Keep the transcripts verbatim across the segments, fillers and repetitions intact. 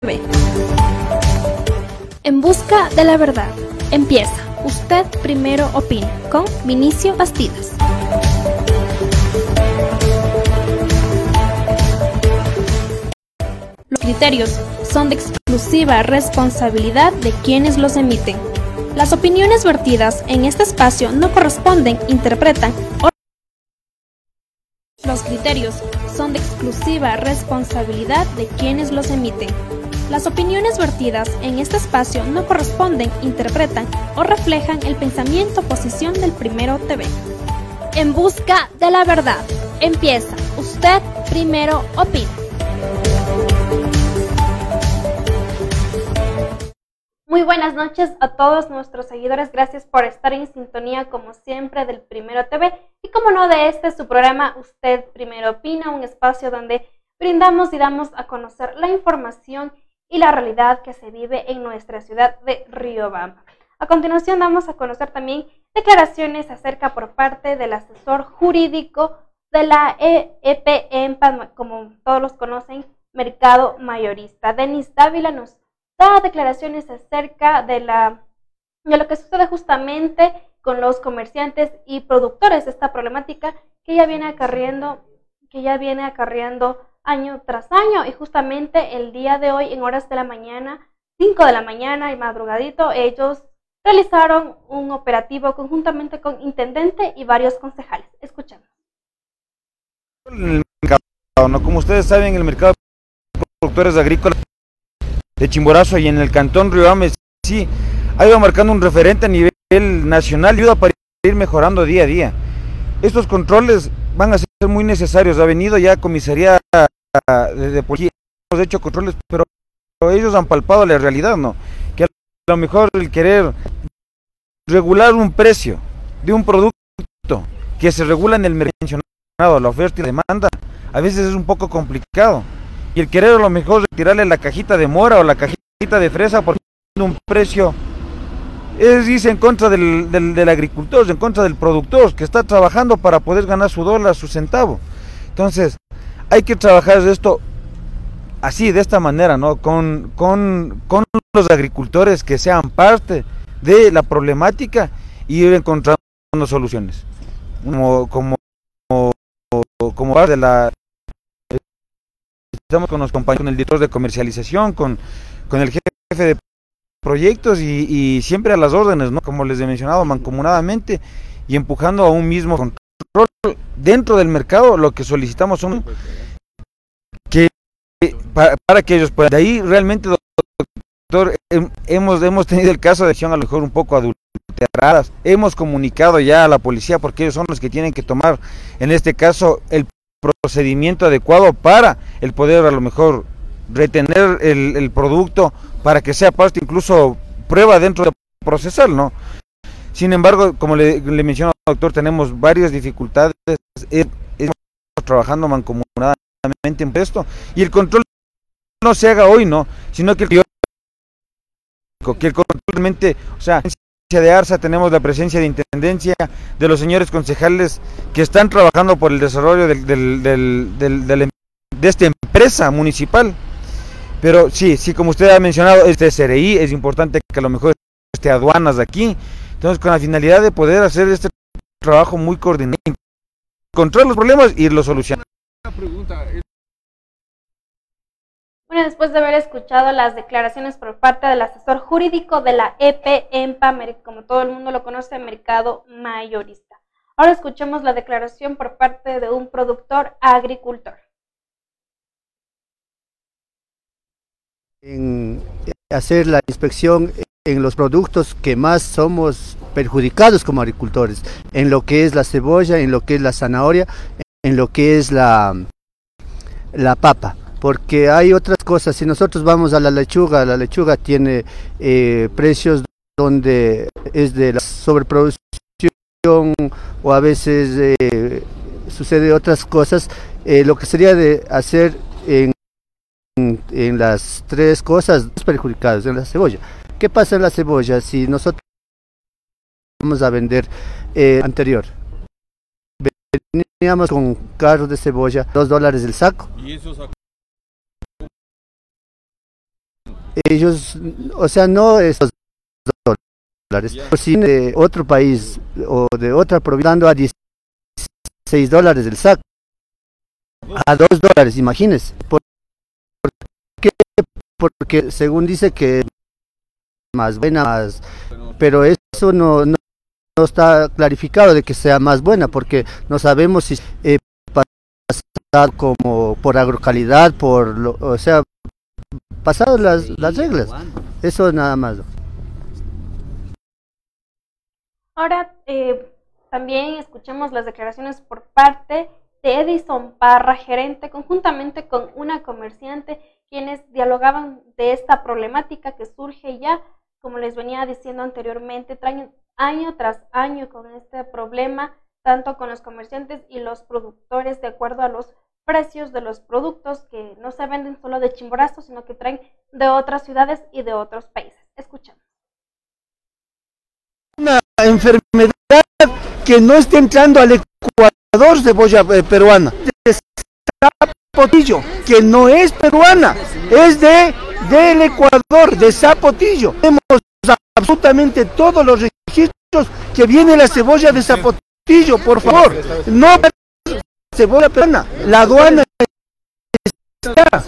En busca de la verdad. Empieza. Usted primero opina. Con Vinicio Bastidas. Los criterios son de exclusiva responsabilidad de quienes los emiten. Las opiniones vertidas en este espacio no corresponden, interpretan o... Los criterios son de exclusiva responsabilidad de quienes los emiten. Las opiniones vertidas en este espacio no corresponden, interpretan o reflejan el pensamiento o posición del Primero T V. En busca de la verdad. Empieza. Usted primero opina. Muy buenas noches a todos nuestros seguidores. Gracias por estar en sintonía, como siempre, del Primero T V. Y como no, de este su programa Usted Primero Opina, un espacio donde brindamos y damos a conocer la información y la realidad que se vive en nuestra ciudad de Riobamba. A continuación damos a conocer también declaraciones acerca por parte del asesor jurídico de la E P E M P A, como todos los conocen, Mercado Mayorista. Denis Dávila nos da declaraciones acerca de, la, de lo que sucede justamente con los comerciantes y productores de esta problemática que ya viene acarreando, que ya viene acarreando año tras año, y justamente el día de hoy en horas de la mañana, cinco de la mañana y madrugadito, ellos realizaron un operativo conjuntamente con intendente y varios concejales. Escuchamos. El mercado, ¿no? Como ustedes saben, el mercado de productores agrícolas de Chimborazo y en el cantón Riobamba sí ha ido marcando un referente a nivel nacional y ayuda para ir mejorando día a día. Estos controles van a ser muy necesarios. Ha venido ya comisaría de, de policía, hemos hecho controles, pero ellos han palpado la realidad, ¿no? Que a lo mejor el querer regular un precio de un producto que se regula en el mercado, la oferta y la demanda, a veces es un poco complicado. Y el querer a lo mejor retirarle la cajita de mora o la cajita de fresa por un precio es irse en contra del, del, del agricultor, en contra del productor que está trabajando para poder ganar su dólar, su centavo. Entonces hay que trabajar esto así, de esta manera, ¿no? Con, con, con los agricultores que sean parte de la problemática y ir encontrando soluciones. Como, como, como parte de la... Estamos con los compañeros, con el director de comercialización, con, con el jefe de proyectos y, y siempre a las órdenes, ¿no? Como les he mencionado, mancomunadamente y empujando a un mismo control dentro del mercado. Lo que solicitamos son que para, para que ellos puedan. De ahí realmente, doctor, hemos, hemos tenido el caso de acción a lo mejor un poco adulteradas. Hemos comunicado ya a la policía porque ellos son los que tienen que tomar, en este caso, el procedimiento adecuado para el poder a lo mejor retener el, el producto para que sea parte, incluso prueba dentro de procesar, ¿no? Sin embargo, como le, le menciono, doctor, tenemos varias dificultades, estamos trabajando mancomunadamente en esto, y el control no se haga hoy, ¿no? Sino que el, que el control realmente, o sea, de ARSA, tenemos la presencia de intendencia, de los señores concejales que están trabajando por el desarrollo del, del, del, del, del, de esta empresa municipal. Pero sí, sí, como usted ha mencionado, este S R I, es importante que a lo mejor esté aduanas de aquí, entonces con la finalidad de poder hacer este trabajo muy coordinado, encontrar los problemas y irlos solucionando. Una pregunta. Bueno, después de haber escuchado las declaraciones por parte del asesor jurídico de la E P E M P A, como todo el mundo lo conoce, Mercado Mayorista. Ahora escuchemos la declaración por parte de un productor agricultor. En hacer la inspección en los productos que más somos perjudicados como agricultores, en lo que es la cebolla, en lo que es la zanahoria, en lo que es la, la papa. Porque hay otras cosas. Si nosotros vamos a la lechuga, la lechuga tiene eh, precios donde es de la sobreproducción o a veces eh, sucede otras cosas. Eh, lo que sería de hacer en, en las tres cosas perjudicadas, en la cebolla. ¿Qué pasa en la cebolla? Si nosotros vamos a vender eh, anterior, veníamos con carros de cebolla, dos dólares el saco. ¿Y esos ellos, o sea, no estos dólares, si de otro país o de otra provincia dando a dieciséis dólares el saco, a dos dólares, imagínense. ¿Por qué? Porque según dice que más buena, más, pero eso no, no, no está clarificado de que sea más buena, porque no sabemos si eh, pasado como por agrocalidad, por lo, o sea, pasado las, las reglas, eso nada más. Ahora eh, también escuchemos las declaraciones por parte de Edison Parra, gerente, conjuntamente con una comerciante, quienes dialogaban de esta problemática que surge ya, como les venía diciendo anteriormente, traen año tras año con este problema, tanto con los comerciantes y los productores, de acuerdo a los precios de los productos que no se venden solo de Chimborazo, sino que traen de otras ciudades y de otros países. Escuchamos. Una enfermedad que no está entrando al Ecuador, cebolla eh, peruana, de Zapotillo, que no es peruana, es de del Ecuador, de Zapotillo. Tenemos absolutamente todos los registros que viene la cebolla de Zapotillo, por favor, no cebolla peruana, la aduana está.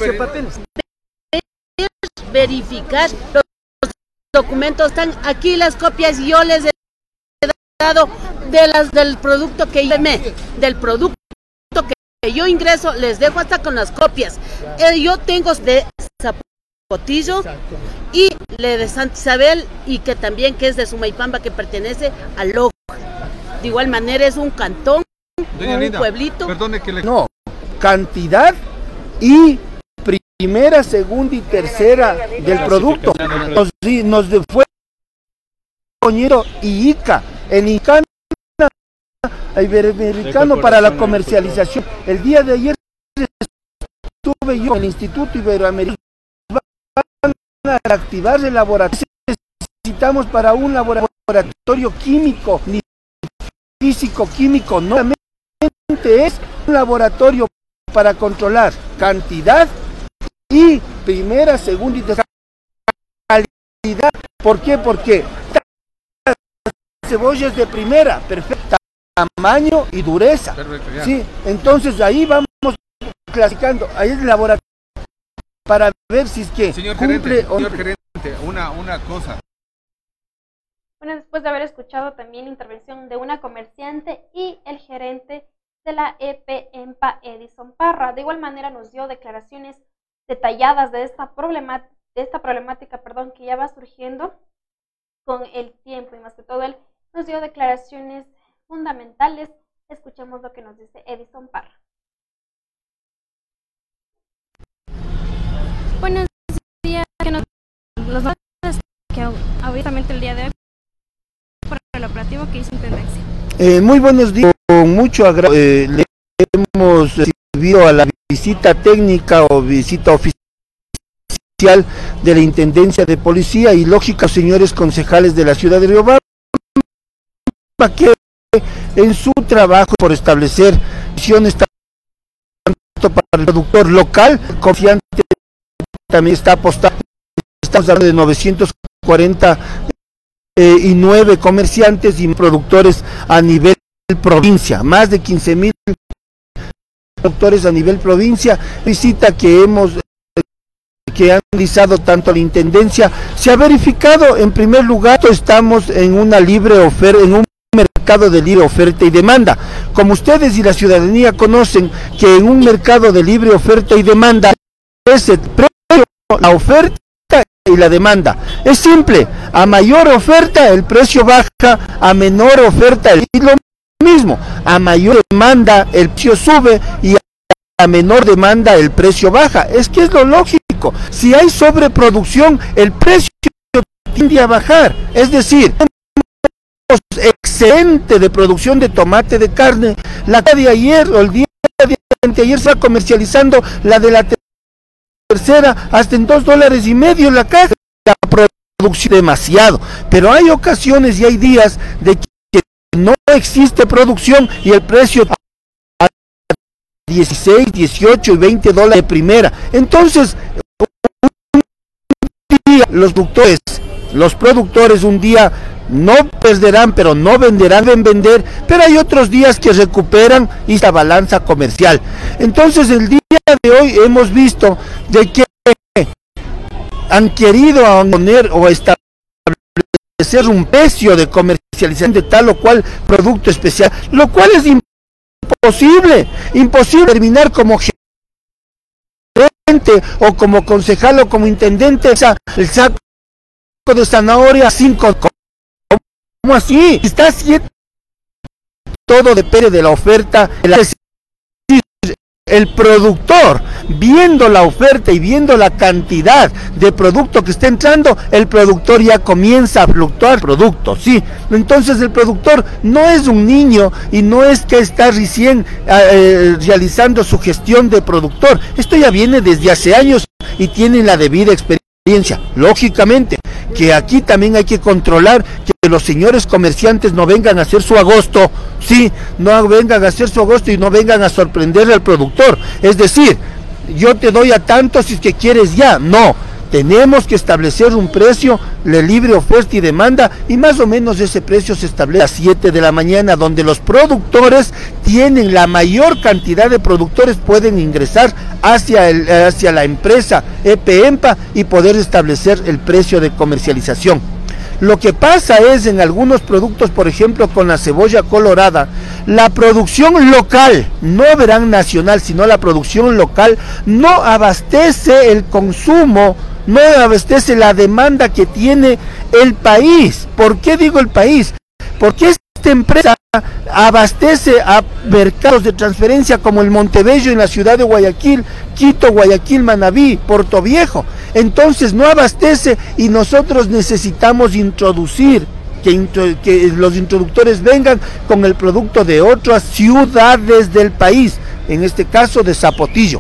Verificar los documentos, están aquí las copias, y yo les he dado de las del producto que yo me, del producto que yo ingreso, les dejo hasta con las copias. Eh, yo tengo de Zapotillo y le de Santa Isabel, y que también que es de Sumaypamba, que pertenece a Loja. De igual manera es un cantón, Doña un Linda, pueblito. Perdone que le... No, cantidad y primera, segunda y tercera del producto. Nos, nos fue Coñero y Ica, en Ica Iberoamericano para la comercialización. El día de ayer estuve yo en el Instituto Iberoamericano. Van a activar el laboratorio. Necesitamos para un laboratorio químico, ni físico químico, no solamente es un laboratorio para controlar cantidad y primera, segunda y tercera calidad. ¿Por qué? Porque cebolla es de primera, perfecta, tamaño y dureza. Perfecto, sí, entonces ahí vamos clasificando, ahí es el laboratorio para ver si es que señor cumple gerente, o... señor gerente, una, una cosa. Bueno, después de haber escuchado también la intervención de una comerciante y el gerente de la E P EMPA, Edison Parra, de igual manera nos dio declaraciones detalladas de esta problemática, de esta problemática, perdón, que ya va surgiendo con el tiempo, y más que todo él nos dio declaraciones fundamentales. Escuchemos lo que nos dice Edison Parra. Buenos días, que nos, los que ahorita el día de hoy por el operativo que hizo Intendencia. Eh, muy buenos días, con mucho agrado eh, le hemos recibido a la visita técnica o visita oficial de la Intendencia de Policía y lógica, señores concejales de la ciudad de Riobamba, que en su trabajo por establecer misiones tanto para el productor local, confiante también está apostando, estamos hablando de novecientos cuarenta eh, y nueve comerciantes y productores a nivel provincia, más de quince mil productores a nivel provincia. Visita que hemos que han realizado tanto la Intendencia, se ha verificado en primer lugar, estamos en una libre oferta, en un mercado de libre oferta y demanda. Como ustedes y la ciudadanía conocen que en un mercado de libre oferta y demanda es el precio, la oferta y la demanda. Es simple, a mayor oferta el precio baja, a menor oferta y lo mismo, a mayor demanda el precio sube y a menor demanda el precio baja. Es que es lo lógico. Si hay sobreproducción, el precio tiende a bajar. Es decir, excedente de producción de tomate de carne, la de ayer o el día de ayer se está comercializando la de la tercera hasta en dos dólares y medio la caja. La producción demasiado, pero hay ocasiones y hay días de que no existe producción y el precio a dieciséis, dieciocho y veinte dólares de primera. Entonces día los productores, los productores un día no perderán, pero no venderán, deben vender, pero hay otros días que recuperan esta balanza comercial. Entonces el día de hoy hemos visto de que han querido poner o establecer un precio de comercialización de tal o cual producto especial, lo cual es imposible, imposible terminar como gerente o como concejal o como intendente, o sea, el saco de zanahoria cinco. ¿Cómo así? Está así. Todo depende de la oferta. El productor, viendo la oferta y viendo la cantidad de producto que está entrando, el productor ya comienza a fluctuar producto, sí. Entonces el productor no es un niño y no es que está recién eh, realizando su gestión de productor. Esto ya viene desde hace años y tiene la debida experiencia. Lógicamente que aquí también hay que controlar que los señores comerciantes no vengan a hacer su agosto, sí, no vengan a hacer su agosto y no vengan a sorprenderle al productor. Es decir, yo te doy a tanto si es que quieres ya. No, tenemos que establecer un precio de libre oferta y demanda, y más o menos ese precio se establece a las siete de la mañana, donde los productores tienen la mayor cantidad de productores, pueden ingresar hacia, el, hacia la empresa E P E M P A y poder establecer el precio de comercialización. Lo que pasa es en algunos productos, por ejemplo con la cebolla colorada, la producción local, no verán nacional, sino la producción local, no abastece el consumo, no abastece la demanda que tiene el país. ¿Por qué digo el país? Porque esta empresa abastece a mercados de transferencia como el Montebello en la ciudad de Guayaquil, Quito, Guayaquil, Manabí, Puerto Viejo. Entonces no abastece y nosotros necesitamos introducir, que, intro, que los introductores vengan con el producto de otras ciudades del país, en este caso de Zapotillo.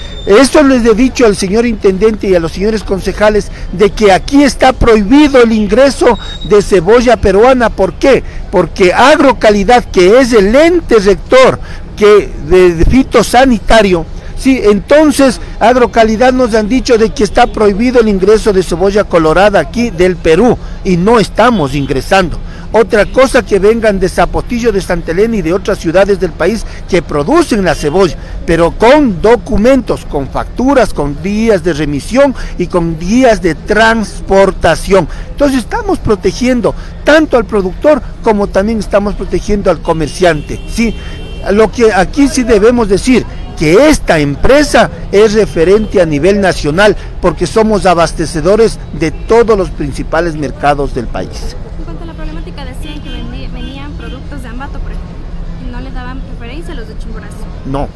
Eso les he dicho al señor intendente y a los señores concejales, de que aquí está prohibido el ingreso de cebolla peruana. ¿Por qué? Porque Agrocalidad, que es el ente rector que de, de fitosanitario, sí, entonces Agrocalidad nos han dicho de que está prohibido el ingreso de cebolla colorada aquí del Perú, y no estamos ingresando. Otra cosa que vengan de Zapotillo, de Santa Elena y de otras ciudades del país que producen la cebolla, pero con documentos, con facturas, con días de remisión y con días de transportación. Entonces estamos protegiendo tanto al productor como también estamos protegiendo al comerciante, ¿sí? Lo que aquí sí debemos decir, que esta empresa es referente a nivel nacional, porque somos abastecedores de todos los principales mercados del país. En cuanto a la problemática, decían que venían productos de Ambato, por ejemplo, y no le daban preferencia a los de Chimborazo. No.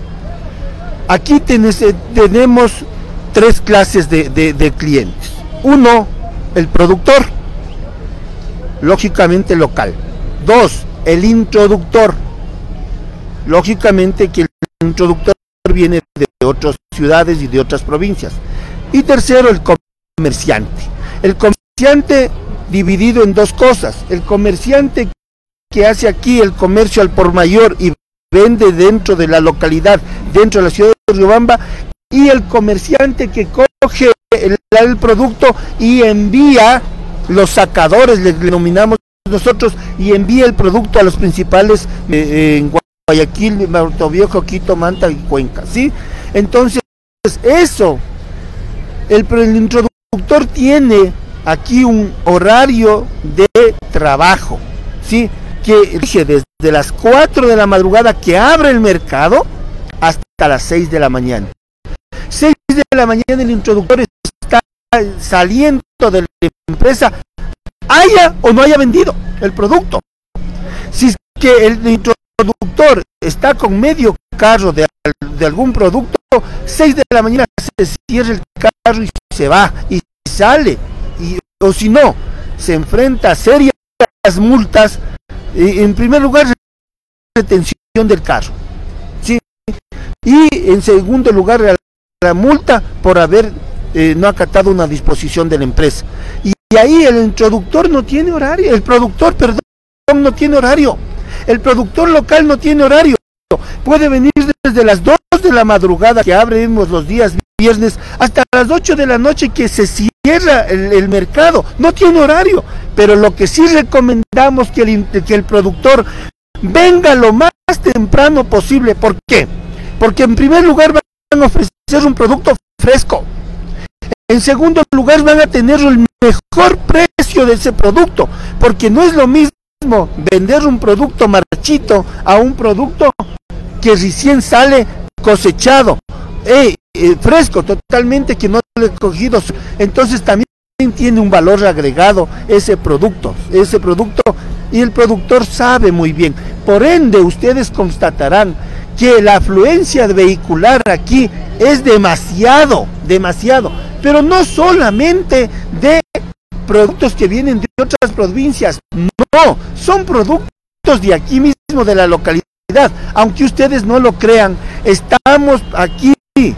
Aquí tenés, tenemos tres clases de, de, de clientes. Uno, el productor, lógicamente local. Dos, el introductor, lógicamente que el introductor viene de otras ciudades y de otras provincias. Y tercero, el comerciante. El comerciante dividido en dos cosas: el comerciante que hace aquí el comercio al por mayor y vende dentro de la localidad, dentro de la ciudad de Riobamba, y el comerciante que coge el, el producto y envía, los sacadores le denominamos nosotros, y envía el producto a los principales eh, en Guayaquil, Puerto Viejo, Quito, Manta y Cuenca, ¿sí? Entonces, eso, el, el introductor tiene aquí un horario de trabajo, ¿sí? Que rige desde las cuatro de la madrugada, que abre el mercado, hasta las seis de la mañana. seis de la mañana el introductor está saliendo de la empresa, haya o no haya vendido el producto. Si es que el introductor está con medio carro de, de algún producto, seis de la mañana se cierra el carro y se va y sale, y, o si no, se enfrenta a serias multas. En primer lugar, retención del carro, ¿sí? Y en segundo lugar, la, la multa por haber eh, no acatado una disposición de la empresa. Y, y ahí el introductor no tiene horario, el productor, perdón, no tiene horario. El productor local no tiene horario, puede venir desde las dos de la madrugada que abrimos los días viernes hasta las ocho de la noche que se cierra el, el mercado, no tiene horario, pero lo que sí recomendamos que el, que el productor venga lo más temprano posible. ¿Por qué? Porque en primer lugar van a ofrecer un producto fresco, en segundo lugar van a tener el mejor precio de ese producto, porque no es lo mismo vender un producto marchito a un producto que recién sale cosechado, eh, eh, fresco totalmente, que no le he cogido. Entonces también tiene un valor agregado ese producto, ese producto, y el productor sabe muy bien. Por ende, ustedes constatarán que la afluencia vehicular aquí es demasiado, demasiado, pero no solamente de productos que vienen de otras provincias, no, son productos de aquí mismo, de la localidad. Aunque ustedes no lo crean, estamos aquí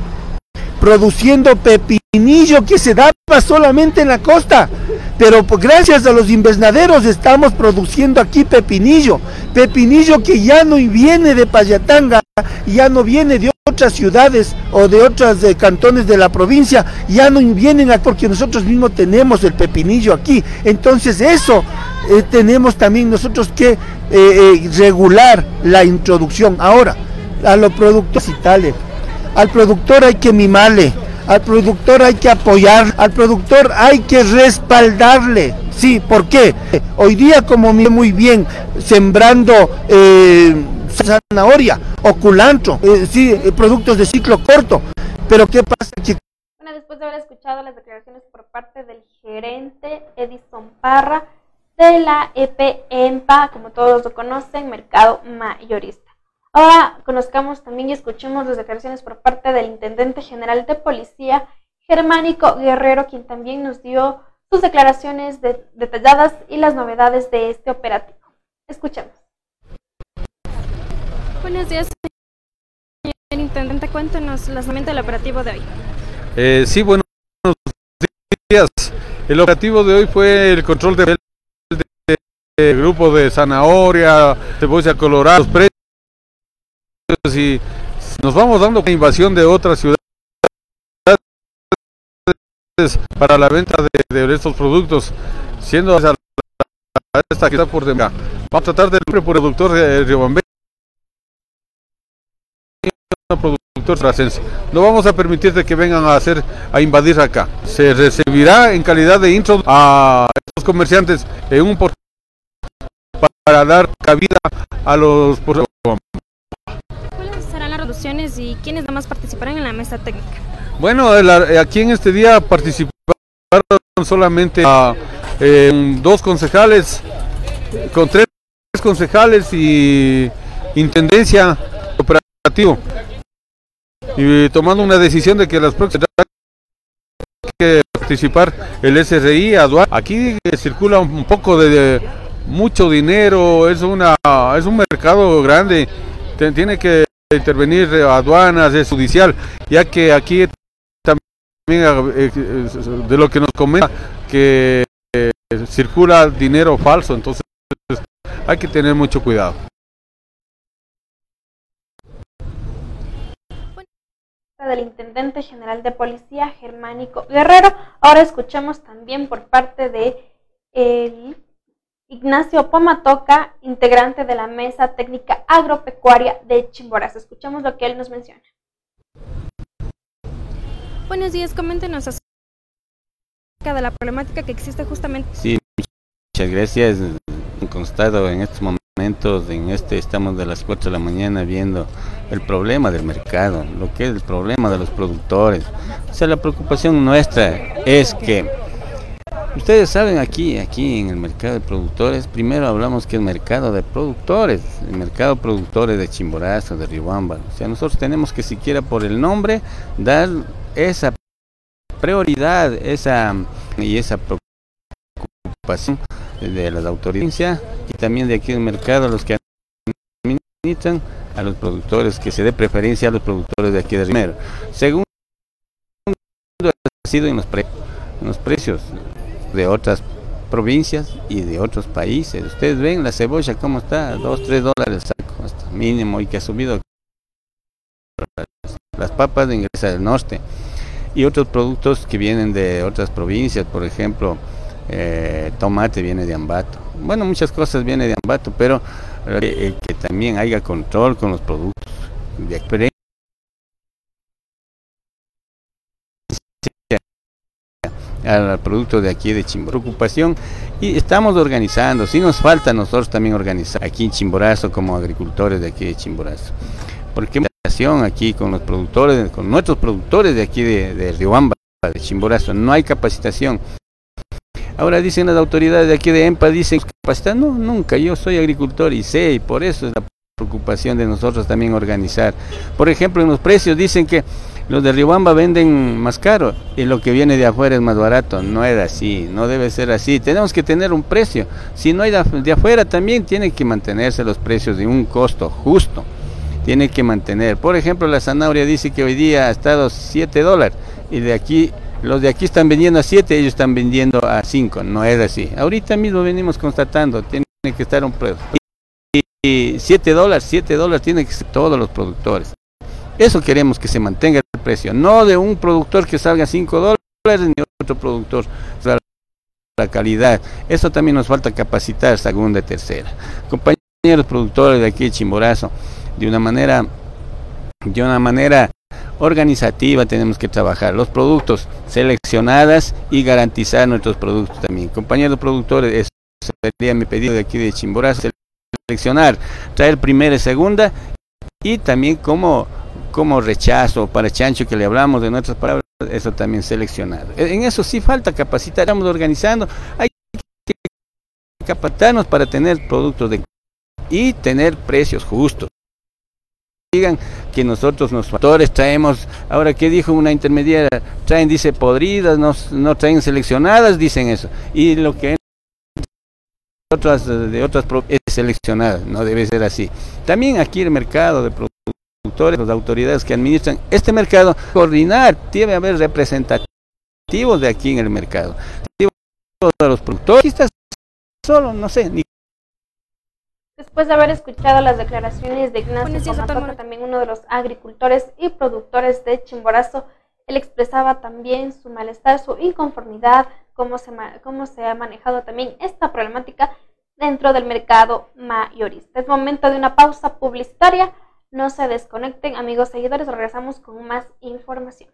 produciendo pepinillo que se daba solamente en la costa, pero pues, gracias a los invernaderos estamos produciendo aquí pepinillo, pepinillo que ya no viene de Payatanga, ya no viene de otras ciudades o de otros eh, cantones de la provincia, ya no vienen aquí porque nosotros mismos tenemos el pepinillo aquí. Entonces eso eh, tenemos también nosotros que eh, eh, regular la introducción. Ahora, a los productores y tales, al productor hay que mimarle, al productor hay que apoyar, al productor hay que respaldarle. Sí, ¿por qué? Hoy día, como mire muy bien, sembrando eh, zanahoria o culantro, eh, sí, eh, productos de ciclo corto, pero ¿qué pasa? Que... Bueno, después de haber escuchado las declaraciones por parte del gerente Edison Parra de la E P E M P A, como todos lo conocen, mercado mayorista. Ahora conozcamos también y escuchemos las declaraciones por parte del Intendente General de Policía, Germánico Guerrero, quien también nos dio sus declaraciones de, detalladas y las novedades de este operativo. Escuchemos. Buenos días, señor Intendente. Cuéntenos los momentos del operativo de hoy. Eh, sí, buenos días. El operativo de hoy fue el control de, de, de grupo de zanahoria, cebolla colorada, los precios, y nos vamos dando la invasión de otras ciudades para la venta de, de estos productos, siendo esta que está por demás. Vamos a tratar del productor de Riobamba, productor francés. No vamos a permitir de que vengan a hacer a invadir acá. Se recibirá en calidad de intro a estos comerciantes en un portal para dar cabida a los. ¿Cuáles serán las resoluciones y quiénes más participarán en la mesa técnica? Bueno, la, aquí en este día participaron solamente a, eh, dos concejales, con tres concejales y intendencia operativo, y tomando una decisión de que las próximas hay que participar el S R I, aduana. Aquí circula un poco de, de mucho dinero, es una es un mercado grande, tiene que intervenir aduanas, es judicial, ya que aquí también de lo que nos comenta que eh, circula dinero falso, entonces hay que tener mucho cuidado. Del Intendente General de Policía, Germánico Guerrero. Ahora escuchamos también por parte de el Ignacio Pomatoca, integrante de la Mesa Técnica Agropecuaria de Chimborazo. Escuchemos lo que él nos menciona. Buenos días, coméntenos acerca de la problemática que existe justamente. Sí, muchas gracias. Han constado en estos momentos, en este estamos de las cuatro de la mañana viendo el problema del mercado, lo que es el problema de los productores. O sea, la preocupación nuestra es que ustedes saben, aquí aquí en el mercado de productores, primero hablamos que es mercado de productores, el mercado de productores de Chimborazo, de Riobamba. O sea, nosotros tenemos que siquiera por el nombre dar esa prioridad, esa y esa preocupación de las autoridades y también de aquí del mercado, los que administran, a los productores, que se dé preferencia a los productores de aquí de Rimero. Segundo, ha sido en los, pre en los precios de otras provincias y de otros países. Ustedes ven la cebolla cómo está, dos, tres dólares saco, hasta mínimo, y que ha subido Las papas ingresan del norte y otros productos que vienen de otras provincias, por ejemplo, eh, tomate viene de Ambato. Bueno, muchas cosas vienen de Ambato, pero eh, que también haya control con los productos de experiencia al producto de aquí de Chimborazo. Preocupación, y estamos organizando, si nos falta a nosotros también organizar aquí en Chimborazo como agricultores de aquí de Chimborazo, porque aquí con los productores, con nuestros productores de aquí de, de Riobamba, de Chimborazo, no hay capacitación. Ahora dicen las autoridades de aquí de EMPA, dicen capacitar, no, nunca, yo soy agricultor y sé, y por eso es la preocupación de nosotros también organizar. Por ejemplo, en los precios dicen que los de Riobamba venden más caro y lo que viene de afuera es más barato. No es así, no debe ser así. Tenemos que tener un precio. Si no hay de, de afuera, también tienen que mantenerse los precios de un costo justo. Tiene que mantener. Por ejemplo, la zanahoria dice que hoy día ha estado siete dólares y de aquí, los de aquí están vendiendo a siete, ellos están vendiendo a cinco. No es así. Ahorita mismo venimos constatando, tiene que estar un precio. Y siete dólares, siete dólares tienen que ser todos los productores. Eso queremos, que se mantenga el precio, no de un productor que salga cinco dólares ni otro productor salga la calidad. Eso también nos falta capacitar, segunda y tercera. Compañeros productores de aquí de Chimborazo, de una manera de una manera organizativa tenemos que trabajar los productos, seleccionadas y garantizar nuestros productos también. Compañeros productores, eso sería mi pedido de aquí de Chimborazo, seleccionar, traer primera y segunda, y también como como rechazo para chancho que le hablamos de nuestras palabras, eso también seleccionado. En eso sí falta capacitar, estamos organizando, hay que capacitarnos para tener productos de y tener precios justos. Digan que nosotros los factores traemos, ahora que dijo una intermediaria, traen, dice, podridas, no, no traen seleccionadas, dicen eso, y lo que otras de otras es seleccionada, no debe ser así. También aquí el mercado de productos, las autoridades que administran este mercado, coordinar, debe haber representativos de aquí en el mercado, de los productores. Aquí está solo, no sé. Ni... Después de haber escuchado las declaraciones de Ignacio Comatota, también uno de los agricultores y productores de Chimborazo, él expresaba también su malestar, su inconformidad, cómo se, cómo se ha manejado también esta problemática dentro del mercado mayorista. Es momento de una pausa publicitaria. No se desconecten, amigos seguidores, regresamos con más información.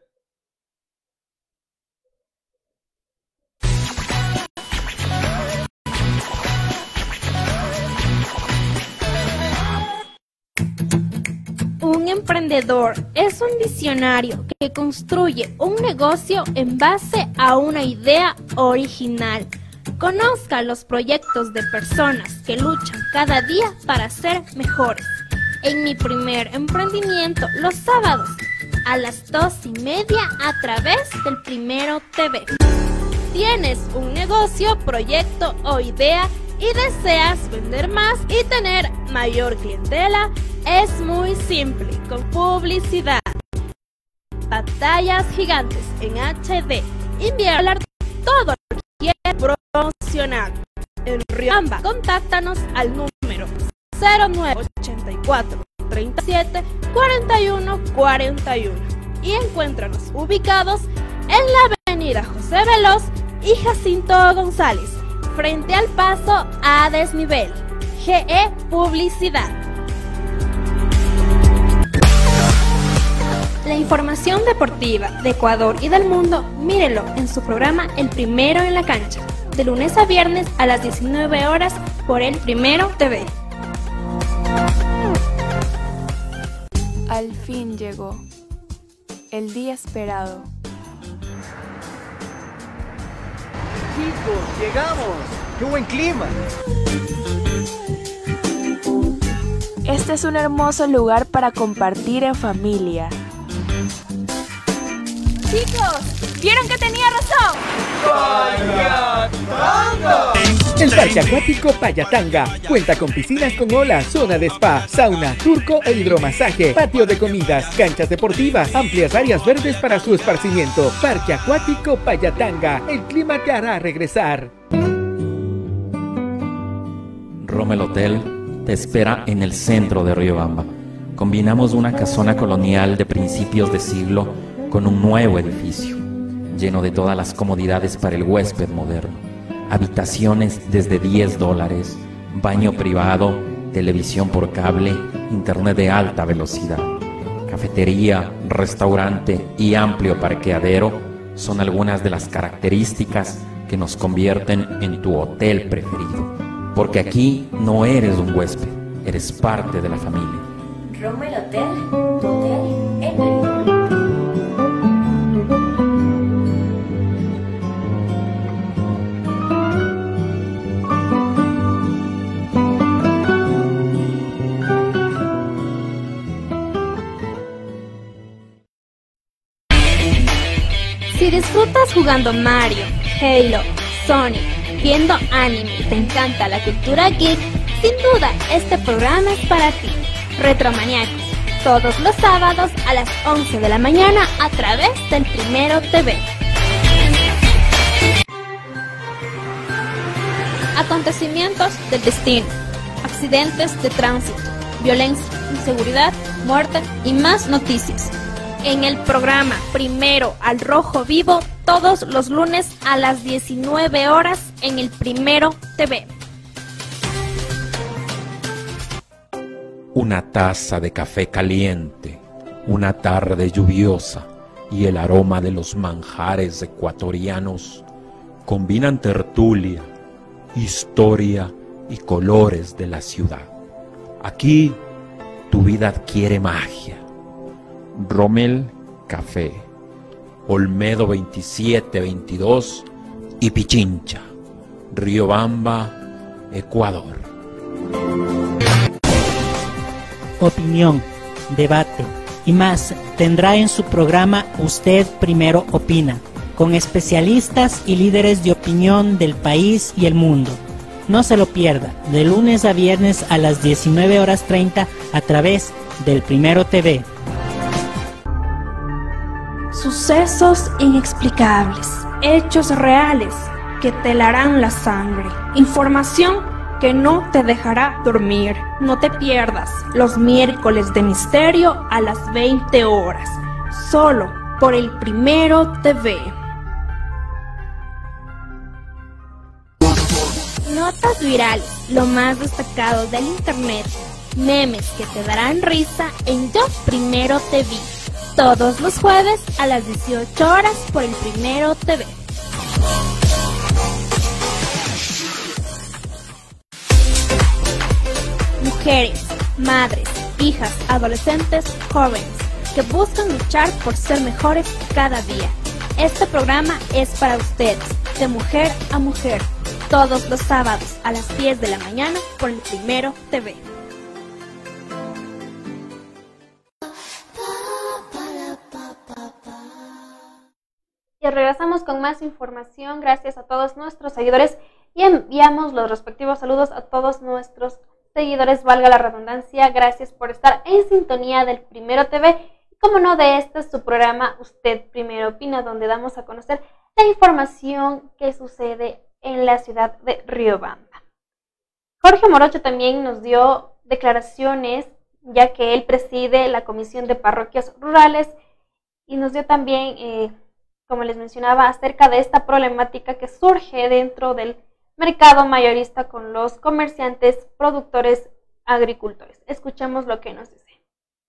Un emprendedor es un visionario que construye un negocio en base a una idea original. Conozca los proyectos de personas que luchan cada día para ser mejores. En mi primer emprendimiento, los sábados, a las dos y media a través del Primero T V. ¿Tienes un negocio, proyecto o idea y deseas vender más y tener mayor clientela? Es muy simple, con publicidad. Pantallas gigantes en H D. Enviar todo lo que quieras promocionar. En Riobamba, contáctanos al número cero nueve ochenta y cuatro treinta y siete cuarenta y uno cuarenta y uno y encuéntranos ubicados en la avenida José Veloz y Jacinto González, frente al paso a desnivel. G E Publicidad. La información deportiva de Ecuador y del mundo, mírelo en su programa El Primero en la Cancha, de lunes a viernes a las diecinueve horas por El Primero T V. Al fin llegó el día esperado. Chicos, llegamos. ¡Qué buen clima! Este es un hermoso lugar para compartir en familia. Chicos, ¿vieron que tenía razón? ¡Payatanga! El Parque Acuático Payatanga cuenta con piscinas con olas, zona de spa, sauna, turco e hidromasaje, patio de comidas, canchas deportivas, amplias áreas verdes para su esparcimiento. Parque Acuático Payatanga, el clima te hará regresar. Rommel Hotel te espera en el centro de Riobamba. Combinamos una casona colonial de principios de siglo con un nuevo edificio, lleno de todas las comodidades para el huésped moderno. Habitaciones desde diez dólares, baño privado, televisión por cable, internet de alta velocidad, cafetería, restaurante y amplio parqueadero son algunas de las características que nos convierten en tu hotel preferido. Porque aquí no eres un huésped, eres parte de la familia. Rommel Hotel, tu hotel en Río. Si disfrutas jugando Mario, Halo, Sonic, viendo anime y te encanta la cultura geek, sin duda este programa es para ti. Retromaniacos, todos los sábados a las once de la mañana a través del Primero T V. Acontecimientos del destino, accidentes de tránsito, violencia, inseguridad, muerte y más noticias. En el programa Primero al Rojo Vivo, todos los lunes a las diecinueve horas en el Primero T V. Una taza de café caliente, una tarde lluviosa y el aroma de los manjares ecuatorianos combinan tertulia, historia y colores de la ciudad. Aquí tu vida adquiere magia. Rommel Café, Olmedo veintisiete veintidós y Pichincha, Riobamba, Ecuador. Opinión, debate y más tendrá en su programa Usted Primero Opina, con especialistas y líderes de opinión del país y el mundo. No se lo pierda, de lunes a viernes a las diecinueve horas treinta a través del Primero T V. Sucesos inexplicables, hechos reales que te helarán la sangre, información que no te dejará dormir. No te pierdas los miércoles de misterio a las veinte horas, solo por el Primero T V. Notas virales, lo más destacado del internet, memes que te darán risa en Yo Primero T V. Todos los jueves a las dieciocho horas por el Primero T V. Mujeres, madres, hijas, adolescentes, jóvenes que buscan luchar por ser mejores cada día. Este programa es para ustedes, de mujer a mujer, todos los sábados a las diez de la mañana por el Primero T V. Y regresamos con más información. Gracias a todos nuestros seguidores y enviamos los respectivos saludos a todos nuestros seguidores, valga la redundancia. Gracias por estar en sintonía del Primero T V y como no de este su programa Usted Primero Opina, donde damos a conocer la información que sucede en la ciudad de Riobamba. Jorge Morocho también nos dio declaraciones, ya que él preside la Comisión de Parroquias Rurales, y nos dio también eh, como les mencionaba, acerca de esta problemática que surge dentro del mercado mayorista con los comerciantes, productores, agricultores. Escuchemos lo que nos dice.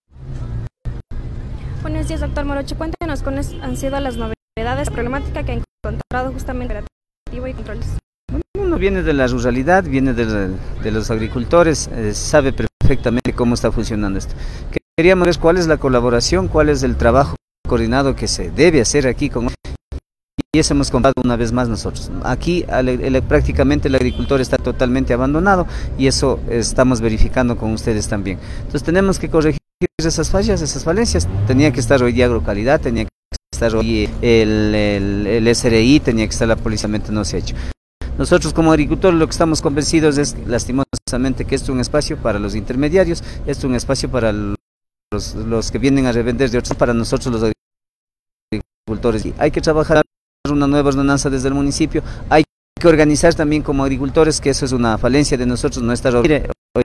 Buenos días, doctor Morocho. Cuéntenos cuáles han sido las novedades, la problemática que ha encontrado justamente operativo y controles. Uno viene de la ruralidad, viene de, de los agricultores, eh, sabe perfectamente cómo está funcionando esto. Queríamos ver cuál es la colaboración, cuál es el trabajo coordinado que se debe hacer aquí con y eso hemos comprado una vez más nosotros. Aquí el, el, prácticamente el agricultor está totalmente abandonado y eso estamos verificando con ustedes también. Entonces tenemos que corregir esas fallas, esas falencias. Tenía que estar hoy día Agrocalidad, tenía que estar hoy el, el, el S R I, tenía que estar la policía, no se ha hecho. Nosotros como agricultores lo que estamos convencidos es lastimosamente que esto es un espacio para los intermediarios, esto es un espacio para los, los que vienen a revender de otros, para nosotros los agricultores. Hay que trabajar una nueva ordenanza desde el municipio, hay que organizar también como agricultores, que eso es una falencia de nosotros, no estar hoy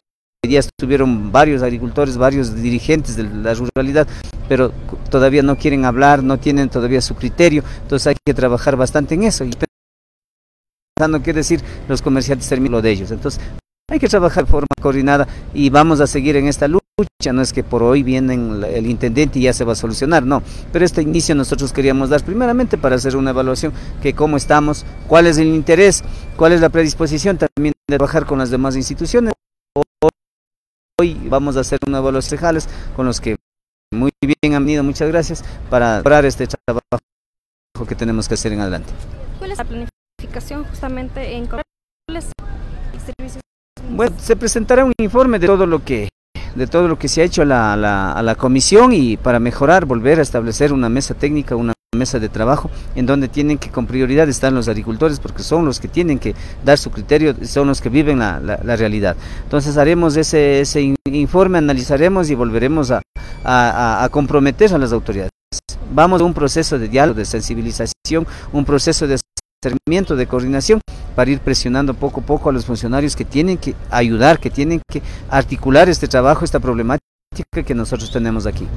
día estuvieron varios agricultores, varios dirigentes de la ruralidad, pero todavía no quieren hablar, no tienen todavía su criterio, entonces hay que trabajar bastante en eso. Y pensando qué decir, los comerciantes terminan lo de ellos, entonces hay que trabajar de forma coordinada y vamos a seguir en esta lucha. No es que por hoy viene el intendente y ya se va a solucionar, no, pero este inicio nosotros queríamos dar primeramente para hacer una evaluación que cómo estamos, cuál es el interés, cuál es la predisposición también de trabajar con las demás instituciones. Hoy vamos a hacer una evaluación de concejales con los que muy bien han venido, muchas gracias, para lograr este trabajo que tenemos que hacer en adelante. ¿Cuál es la planificación justamente en controles y servicios? Bueno, se presentará un informe de todo lo que de todo lo que se ha hecho a la, a, la, a la comisión y para mejorar, volver a establecer una mesa técnica, una mesa de trabajo en donde tienen que con prioridad están los agricultores porque son los que tienen que dar su criterio, son los que viven la, la, la realidad. Entonces haremos ese, ese informe, analizaremos y volveremos a, a, a comprometer a las autoridades. Vamos a un proceso de diálogo, de sensibilización, un proceso de acercamiento, de coordinación para ir presionando poco a poco a los funcionarios que tienen que ayudar, que tienen que articular este trabajo, esta problemática que nosotros tenemos aquí.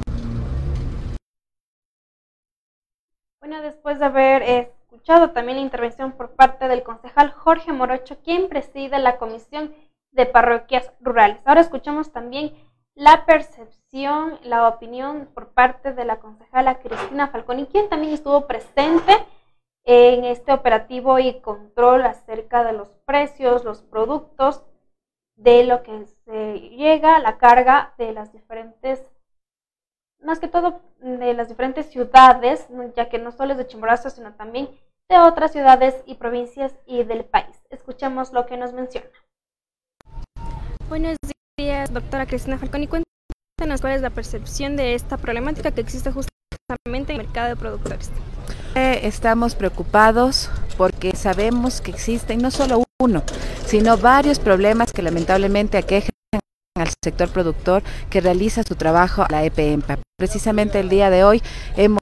Bueno, después de haber escuchado también la intervención por parte del concejal Jorge Morocho, quien preside la Comisión de Parroquias Rurales. Ahora escuchamos también la percepción, la opinión por parte de la concejala Cristina Falconi, quien también estuvo presente en este operativo y control acerca de los precios, los productos, de lo que se llega, la carga de las diferentes, más que todo de las diferentes ciudades, ya que no solo es de Chimborazo, sino también de otras ciudades y provincias y del país. Escuchemos lo que nos menciona. Buenos días, doctora Cristina Falconi. Cuéntanos cuál es la percepción de esta problemática que existe justamente en el mercado de productores. Estamos preocupados porque sabemos que existen no solo uno, sino varios problemas que lamentablemente aquejan al sector productor que realiza su trabajo a la E P E M P A. Precisamente el día de hoy hemos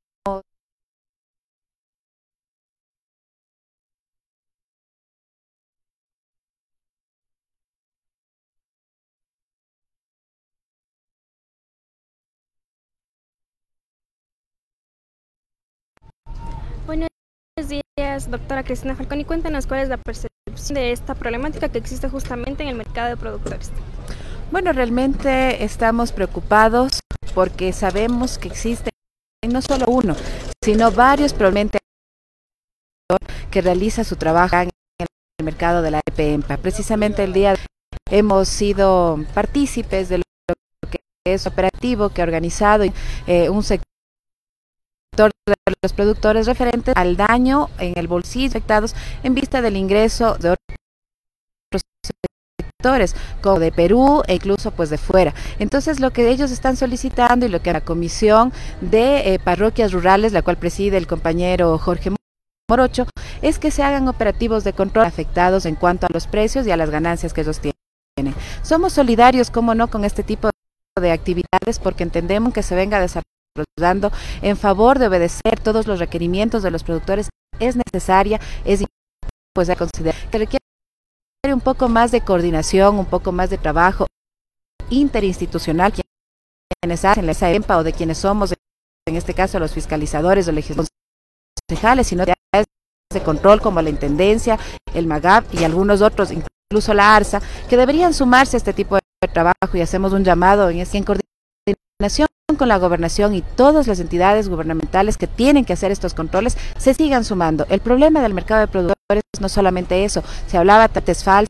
Buenos días, doctora Cristina Falconi. Cuéntanos cuál es la percepción de esta problemática que existe justamente en el mercado de productores. Bueno, realmente estamos preocupados porque sabemos que existen no solo uno, sino varios problemas que realiza su trabajo en el mercado de la E P E M P A. Precisamente el día de hoy hemos sido partícipes de lo que es operativo que ha organizado eh, un sector de los productores referentes al daño en el bolsillo afectados en vista del ingreso de otros sectores como de Perú e incluso pues de fuera. Entonces lo que ellos están solicitando y lo que la Comisión de eh, Parroquias Rurales, la cual preside el compañero Jorge Morocho, es que se hagan operativos de control afectados en cuanto a los precios y a las ganancias que ellos tienen. Somos solidarios, como no, con este tipo de actividades porque entendemos que se venga desarrollando dando en favor de obedecer todos los requerimientos de los productores es necesaria, es pues a considerar que requiere un poco más de coordinación, un poco más de trabajo interinstitucional, quienes hacen la E P E M P A o de quienes somos, en este caso los fiscalizadores o legisladores concejales, sino de de control como la Intendencia, el MAGAP y algunos otros, incluso la ARSA, que deberían sumarse a este tipo de trabajo y hacemos un llamado en, en coordinación con la gobernación y todas las entidades gubernamentales que tienen que hacer estos controles se sigan sumando. El problema del mercado de productores no solamente eso, se hablaba de tates falsos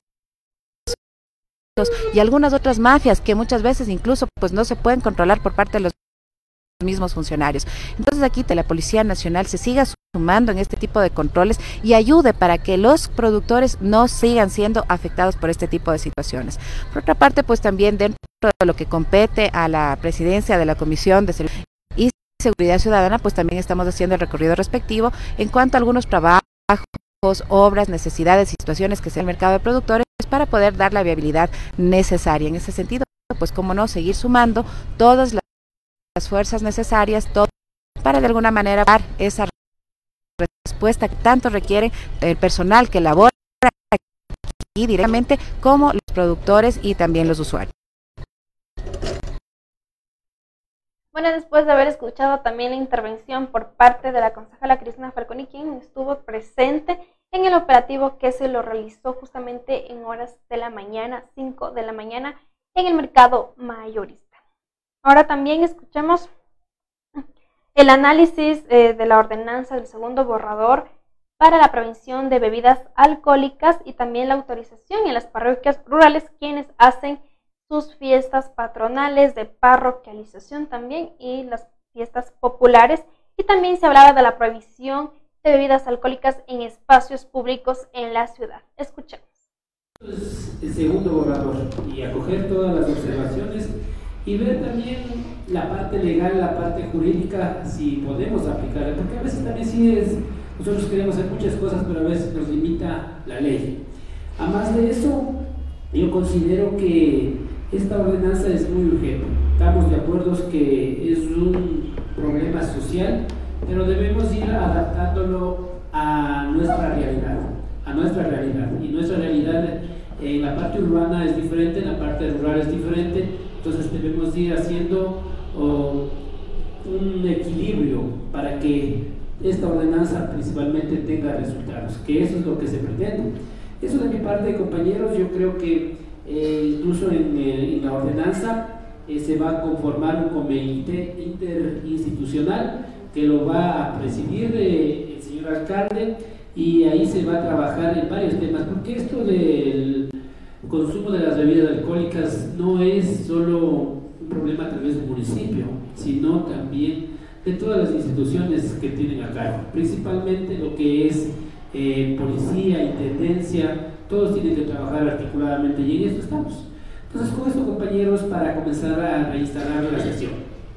y algunas otras mafias que muchas veces incluso pues no se pueden controlar por parte de los mismos funcionarios. Entonces aquí la Policía Nacional se siga sumando en este tipo de controles y ayude para que los productores no sigan siendo afectados por este tipo de situaciones. Por otra parte, pues también dentro de lo que compete a la presidencia de la Comisión de Seguridad y Seguridad Ciudadana, pues también estamos haciendo el recorrido respectivo en cuanto a algunos trabajos, obras, necesidades y situaciones que sea el mercado de productores para poder dar la viabilidad necesaria. En ese sentido, pues cómo no, seguir sumando todas las las fuerzas necesarias todo para de alguna manera dar esa respuesta que tanto requiere el personal que labora aquí directamente como los productores y también los usuarios. Bueno, después de haber escuchado también la intervención por parte de la concejala Cristina Falconi, quien estuvo presente en el operativo que se lo realizó justamente en horas de la mañana, cinco de la mañana, en el mercado mayorista. Ahora también escuchemos el análisis eh, de la ordenanza del segundo borrador para la prevención de bebidas alcohólicas y también la autorización en las parroquias rurales quienes hacen sus fiestas patronales de parroquialización también y las fiestas populares, y también se hablaba de la prohibición de bebidas alcohólicas en espacios públicos en la ciudad. Escuchemos. El segundo borrador y acoger todas las observaciones y ver también la parte legal, la parte jurídica, si podemos aplicarla, porque a veces también sí es, nosotros queremos hacer muchas cosas, pero a veces nos limita la ley. Además de eso, yo considero que esta ordenanza es muy urgente. Estamos de acuerdo que es un problema social, pero debemos ir adaptándolo a nuestra realidad, a nuestra realidad. Y nuestra realidad en la parte urbana es diferente, en la parte rural es diferente, entonces debemos ir haciendo oh, un equilibrio para que esta ordenanza principalmente tenga resultados, que eso es lo que se pretende. Eso de mi parte, compañeros, yo creo que Eh, incluso en, el, en la ordenanza eh, se va a conformar un comité interinstitucional que lo va a presidir eh, el señor alcalde, y ahí se va a trabajar en varios temas, porque esto del consumo de las bebidas alcohólicas no es solo un problema a través del municipio, sino también de todas las instituciones que tienen a cargo, principalmente lo que es eh, policía, intendencia. Todos tienen que trabajar articuladamente y en esto estamos. Entonces, con esto, compañeros, para comenzar a reinstalar la sesión.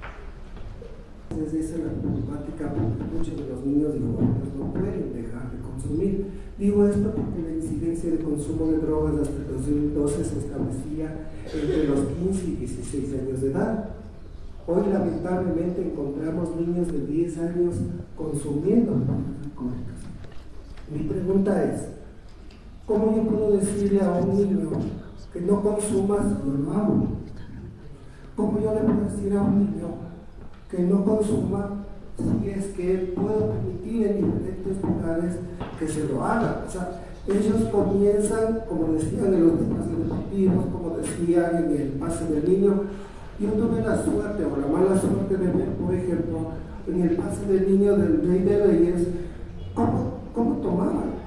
Esa es la problemática, porque muchos de los niños y jóvenes no pueden dejar de consumir. Digo esto porque la incidencia de consumo de drogas hasta el dos mil doce se establecía entre los quince y dieciséis años de edad. Hoy, lamentablemente, encontramos niños de diez años consumiendo bebidas alcohólicas. Mi pregunta es, ¿cómo yo puedo decirle a un niño que no consuma si yo lo hago? ¿Cómo yo le puedo decir a un niño que no consuma si es que puedo permitir en diferentes lugares que se lo haga? O sea, ellos comienzan, como decían en los espacios deportivos, como decían en el pase del niño. Yo tuve la suerte o la mala suerte de ver, por ejemplo, en el pase del niño del Rey de Reyes, cómo, cómo tomaban.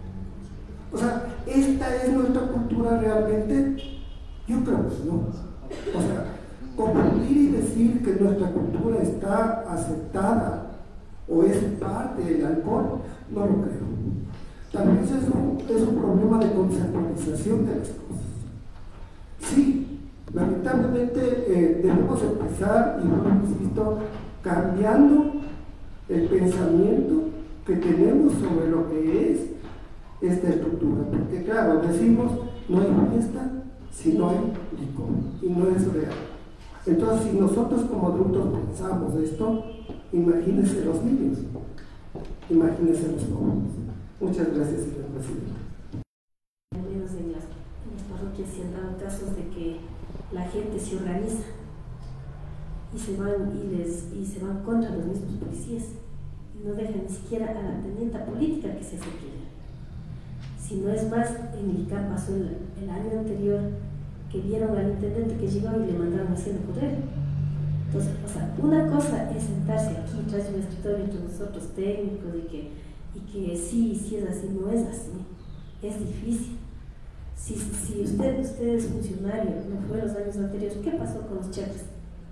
O sea, ¿esta es nuestra cultura realmente? Yo creo que no. O sea, confundir y decir que nuestra cultura está aceptada o es parte del alcohol, no lo creo. Tal vez es un, es un problema de conceptualización de las cosas. Sí, lamentablemente eh, debemos empezar, y lo hemos visto, cambiando el pensamiento que tenemos sobre lo que es esta estructura, porque claro, decimos no hay fiesta si no hay licor, y no es real. Entonces, si nosotros como adultos pensamos esto, imagínense los niños, imagínense los jóvenes. Muchas gracias, señor presidente. Al menos en las, en las parroquias se han dado casos de que la gente se organiza y se van y les y se van contra los mismos policías y no dejan ni siquiera a la tenienta política que se requiere. Si no es más, en el C A P pasó el, el año anterior que vieron al intendente que llegó y le mandaron haciendo correr. Entonces, o sea, una cosa es sentarse aquí tras un escritorio entre nosotros técnicos y que, y que sí, sí es así, no es así, es difícil. Si, si usted, usted es funcionario, no fue los años anteriores, ¿qué pasó con los cheques?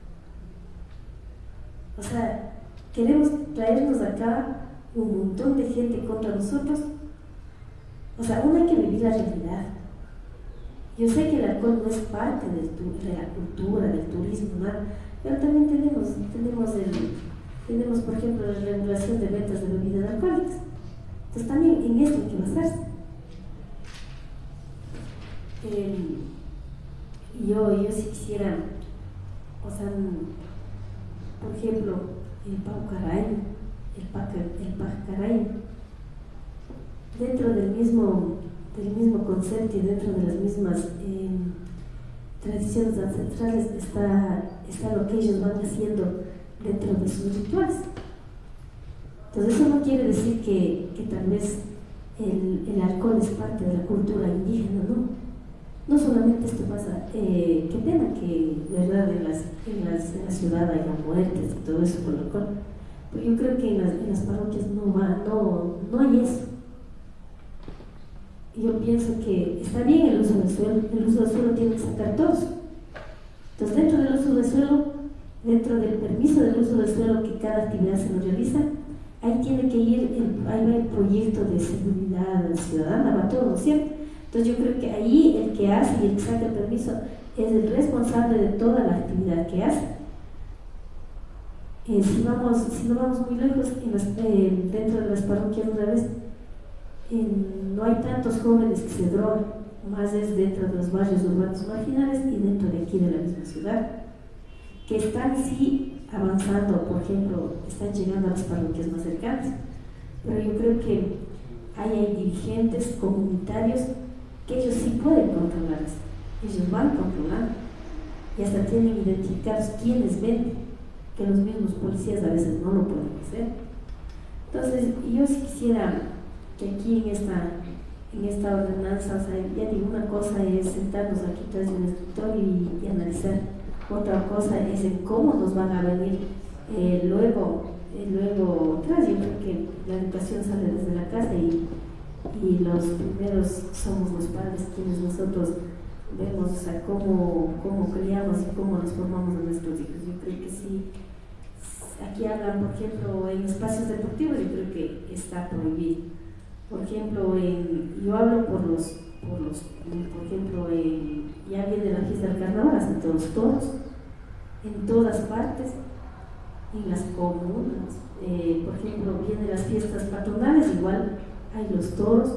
O sea, queremos traernos acá un montón de gente contra nosotros. O sea, uno hay que vivir la realidad. Yo sé que el alcohol no es parte del de la cultura, del turismo, ¿no? Pero también tenemos, tenemos, el, tenemos, por ejemplo, la regulación de ventas de bebidas alcohólicas. Entonces también en esto hay que basarse. Eh, yo, yo sí quisiera, o sea, por ejemplo, el Paucarraín, el Pac, el Pacaray, dentro del mismo, del mismo concepto y dentro de las mismas eh, tradiciones ancestrales está, está lo que ellos van haciendo dentro de sus rituales. Entonces eso no quiere decir que, que tal vez el, el alcohol es parte de la cultura indígena, no. No solamente esto pasa, eh, qué pena que, ¿verdad?, en, las, en, las, en la ciudad haya muertes y todo eso por el alcohol, pero yo creo que en las, en las parroquias no, va, no, no hay eso. Yo pienso que está bien el uso del suelo, el uso del suelo tiene que sacar todos. Entonces, dentro del uso del suelo, dentro del permiso del uso del suelo que cada actividad se nos realiza, ahí tiene que ir, el, ahí va el proyecto de seguridad ciudadana, va todo, ¿no es cierto? Entonces yo creo que ahí el que hace y el que saca el permiso es el responsable de toda la actividad que hace. Eh, si, vamos, si no vamos muy lejos, en las, eh, dentro de las parroquias rurales eh, no hay tantos jóvenes que se drogan, más es dentro de los barrios urbanos marginales y dentro de aquí de la misma ciudad, que están sí avanzando, por ejemplo, están llegando a las parroquias más cercanas, pero yo creo que hay, hay dirigentes comunitarios que ellos sí pueden controlar esto, ellos van controlando y hasta tienen identificados quiénes venden, que los mismos policías a veces no lo pueden hacer. Entonces yo sí quisiera que aquí en esta, en esta ordenanza, o sea, ya digo, una cosa es sentarnos aquí tras de un escritorio y, y analizar, otra cosa es en cómo nos van a venir eh, luego, eh, luego atrás. Yo creo que la educación sale desde la casa y y los primeros somos los padres quienes nosotros vemos, o sea, cómo, cómo criamos y cómo nos formamos a nuestros hijos. Yo creo que sí, aquí hablan, por ejemplo, en espacios deportivos, yo creo que está prohibido. Por ejemplo, en, yo hablo por los, por los, por ejemplo, en, ya viene la fiesta del carnaval, hacen todos los toros, en todas partes, en las comunas, eh, por ejemplo, vienen las fiestas patronales, igual hay los toros.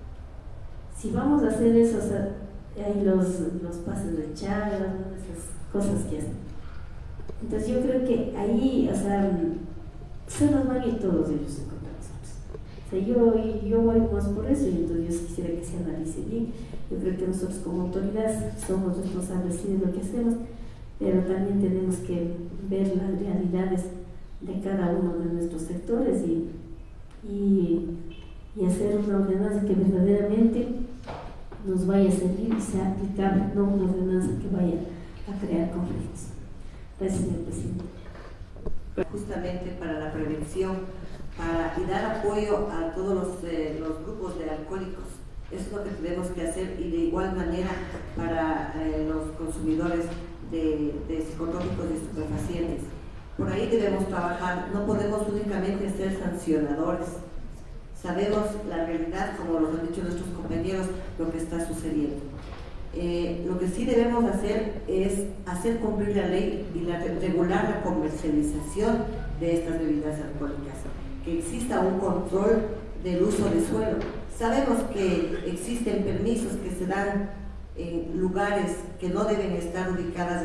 Si vamos a hacer eso, o sea, hay los, los pases de chagas, ¿no?, esas cosas que hacen. Entonces yo creo que ahí, o sea, se nos van a ir todos ellos en contra de nosotros. O sea, yo, yo voy más por eso y entonces yo quisiera que se analice bien. Yo creo que nosotros como autoridades somos responsables sí de lo que hacemos, pero también tenemos que ver las realidades de cada uno de nuestros sectores y, y y hacer una ordenanza que verdaderamente nos vaya a servir y sea aplicable, no una ordenanza que vaya a crear conflictos. Gracias, señor presidente. Justamente para la prevención para, y dar apoyo a todos los, eh, los grupos de alcohólicos. Eso es lo que tenemos que hacer, y de igual manera para eh, los consumidores de, de psicotrópicos y estupefacientes. Por ahí debemos trabajar, no podemos únicamente ser sancionadores. Sabemos la realidad, como lo han dicho nuestros compañeros, lo que está sucediendo. Eh, lo que sí debemos hacer es hacer cumplir la ley y la, regular la comercialización de estas bebidas alcohólicas, que exista un control del uso de suelo. Sabemos que existen permisos que se dan en lugares que no deben estar ubicadas.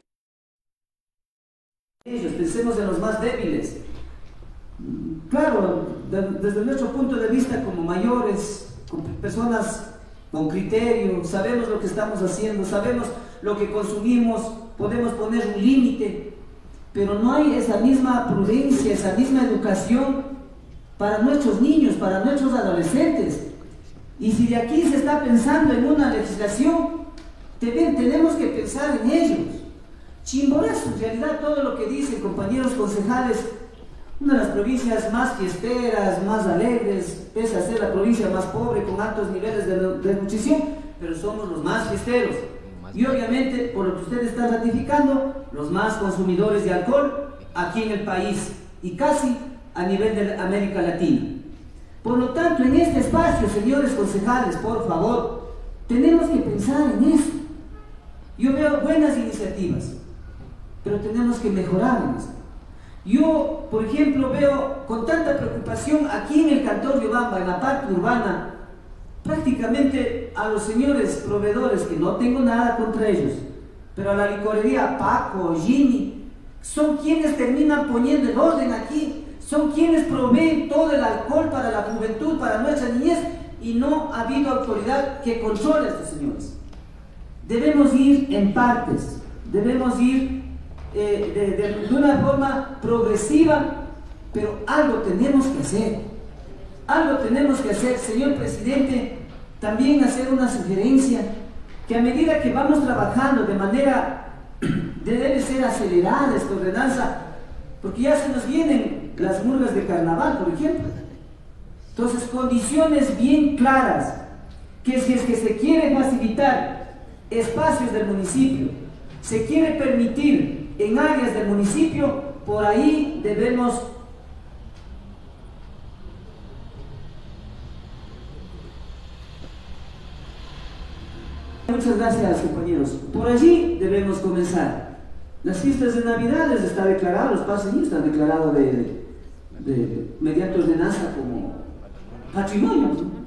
Ellos, pensemos en los más débiles. Claro, de, desde nuestro punto de vista como mayores, como personas con criterio, sabemos lo que estamos haciendo, sabemos lo que consumimos, podemos poner un límite, pero no hay esa misma prudencia, esa misma educación para nuestros niños, para nuestros adolescentes. Y si de aquí se está pensando en una legislación, tenemos que pensar en ellos. Chimborazo, en realidad todo lo que dicen compañeros concejales, una de las provincias más fiesteras, más alegres, pese a ser la provincia más pobre con altos niveles de desnutrición, pero somos los más fiesteros. Y obviamente, por lo que usted está ratificando, los más consumidores de alcohol aquí en el país y casi a nivel de América Latina. Por lo tanto, en este espacio, señores concejales, por favor, tenemos que pensar en eso. Yo veo buenas iniciativas, pero tenemos que mejorar en esto. Yo, por ejemplo, veo con tanta preocupación aquí en el Cantón Riobamba, en la parte urbana, prácticamente a los señores proveedores, que no tengo nada contra ellos, pero a la licorería Paco, Jimmy, son quienes terminan poniendo el orden aquí, son quienes proveen todo el alcohol para la juventud, para nuestra niñez, y no ha habido autoridad que controle a estos señores. Debemos ir en partes, debemos ir eh, de, de, de una forma progresiva, pero algo tenemos que hacer, algo tenemos que hacer, señor presidente, también hacer una sugerencia, que a medida que vamos trabajando de manera, debe ser acelerada esta ordenanza, porque ya se nos vienen las murgas de carnaval, por ejemplo. Entonces, condiciones bien claras, que si es que se quiere facilitar espacios del municipio, se quiere permitir en áreas del municipio, por ahí debemos Muchas gracias, compañeros. Por allí debemos comenzar. Las fiestas de Navidades está declarado, los pases niños están declarados de, de, mediante ordenanza como patrimonio.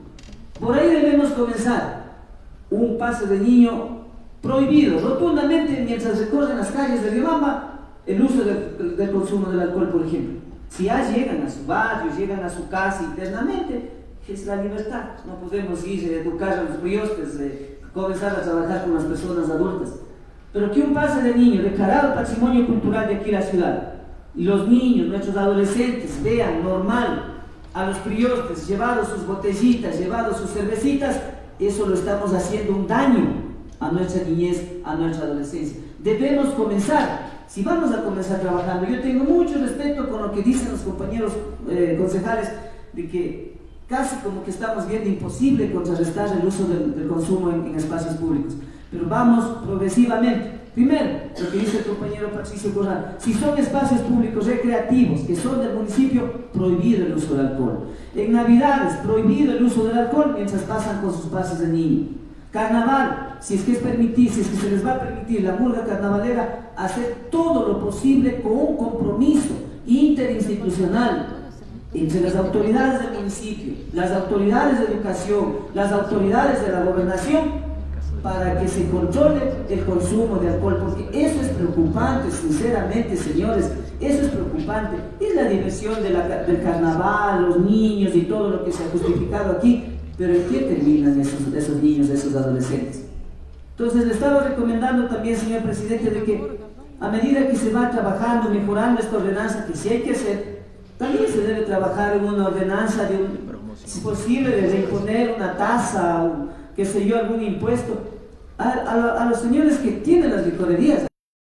Por ahí debemos comenzar. Un pase de niño prohibido rotundamente mientras recorren las calles de Riobamba el uso del, del consumo del alcohol, por ejemplo. Si ya llegan a su barrio, llegan a su casa internamente, es la libertad. No podemos ir a educar a los priostes, eh, comenzar a trabajar con las personas adultas. Pero que un pase de niño declarado patrimonio cultural de aquí la ciudad, y los niños, nuestros adolescentes, vean normal a los priostes llevados sus botellitas, llevados sus cervecitas, eso lo estamos haciendo un daño a nuestra niñez, a nuestra adolescencia. Debemos comenzar, si vamos a comenzar trabajando. Yo tengo mucho respeto con lo que dicen los compañeros eh, concejales, de que casi como que estamos viendo imposible contrarrestar el uso del, del consumo en, en espacios públicos. Pero vamos progresivamente. Primero, lo que dice el compañero Patricio Corral, si son espacios públicos recreativos que son del municipio, prohibido el uso del alcohol. En Navidades, prohibido el uso del alcohol mientras pasan con sus pases de niño. Carnaval, si es que es permitir, si es que se les va a permitir la murga carnavalera, hacer todo lo posible con un compromiso interinstitucional entre las autoridades del municipio, las autoridades de educación, las autoridades de la gobernación, para que se controle el consumo de alcohol, porque eso es preocupante, sinceramente, señores, eso es preocupante. Es la diversión de la, del carnaval, los niños y todo lo que se ha justificado aquí, pero ¿en qué terminan esos, esos niños, esos adolescentes? Entonces le estaba recomendando también, señor presidente, de que a medida que se va trabajando, mejorando esta ordenanza, que sí hay que hacer, también se debe trabajar en una ordenanza de un, si posible, de imponer una tasa o qué sé yo, algún impuesto a, a, a los señores que tienen las licorerías.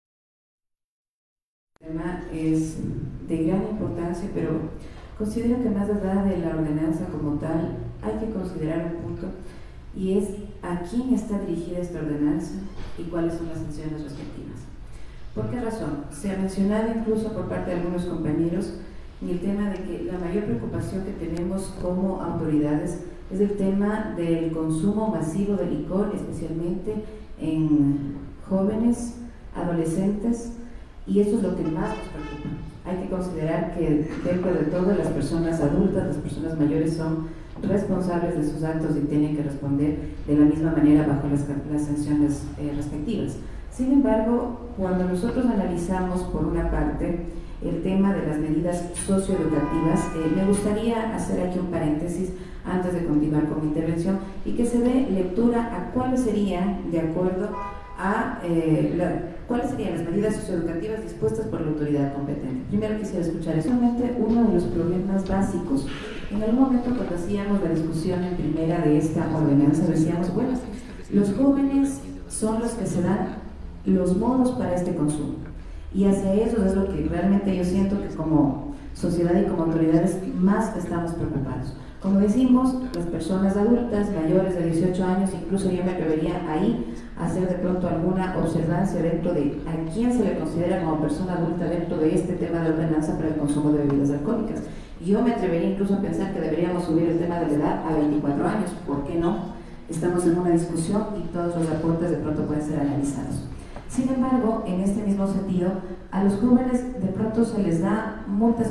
El tema es de gran importancia, pero considero que más allá de la ordenanza como tal, hay que considerar un punto, y es a quién está dirigida esta ordenanza y cuáles son las sanciones respectivas. ¿Por qué razón? Se ha mencionado incluso por parte de algunos compañeros en el tema de que la mayor preocupación que tenemos como autoridades es el tema del consumo masivo de licor, especialmente en jóvenes, adolescentes, y eso es lo que más nos preocupa. Hay que considerar que dentro de todo las personas adultas, las personas mayores son responsables de sus actos y tienen que responder de la misma manera bajo las, las sanciones eh, respectivas. Sin embargo, cuando nosotros analizamos por una parte el tema de las medidas socioeducativas, eh, me gustaría hacer aquí un paréntesis antes de continuar con mi intervención y que se dé lectura a cuáles serían, de acuerdo a eh, la, cuáles serían las medidas socioeducativas dispuestas por la autoridad competente. Primero quisiera escuchar es solamente uno de los problemas básicos. En algún momento cuando hacíamos la discusión en primera de esta ordenanza decíamos, bueno, los jóvenes son los que se dan los modos para este consumo, y hacia eso es lo que realmente yo siento que como sociedad y como autoridades más estamos preocupados. Como decimos, las personas adultas mayores de dieciocho años, incluso yo me atrevería ahí a hacer de pronto alguna observancia dentro de a quién se le considera como persona adulta dentro de este tema de ordenanza para el consumo de bebidas alcohólicas. Yo me atrevería incluso a pensar que deberíamos subir el tema de la edad a veinticuatro años, ¿por qué no? Estamos en una discusión y todos los aportes de pronto pueden ser analizados. Sin embargo, en este mismo sentido, a los jóvenes de pronto se les da multas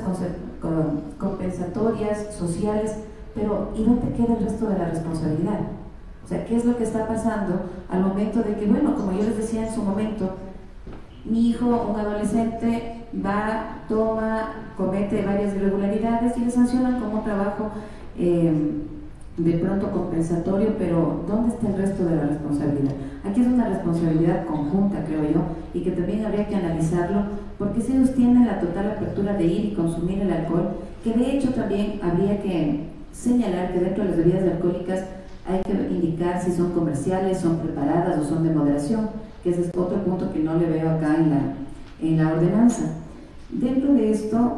compensatorias, sociales, pero ¿y dónde queda el resto de la responsabilidad? O sea, ¿qué es lo que está pasando al momento de que, bueno, como yo les decía en su momento, mi hijo, un adolescente, va, toma, comete varias irregularidades y le sancionan como un trabajo eh, de pronto compensatorio, pero ¿dónde está el resto de la responsabilidad? Aquí es una responsabilidad conjunta, creo yo, y que también habría que analizarlo, porque si ellos tienen la total apertura de ir y consumir el alcohol, que de hecho también habría que señalar que dentro de las bebidas alcohólicas hay que indicar si son comerciales, son preparadas o son de moderación, que ese es otro punto que no le veo acá en la, en la ordenanza. Dentro de esto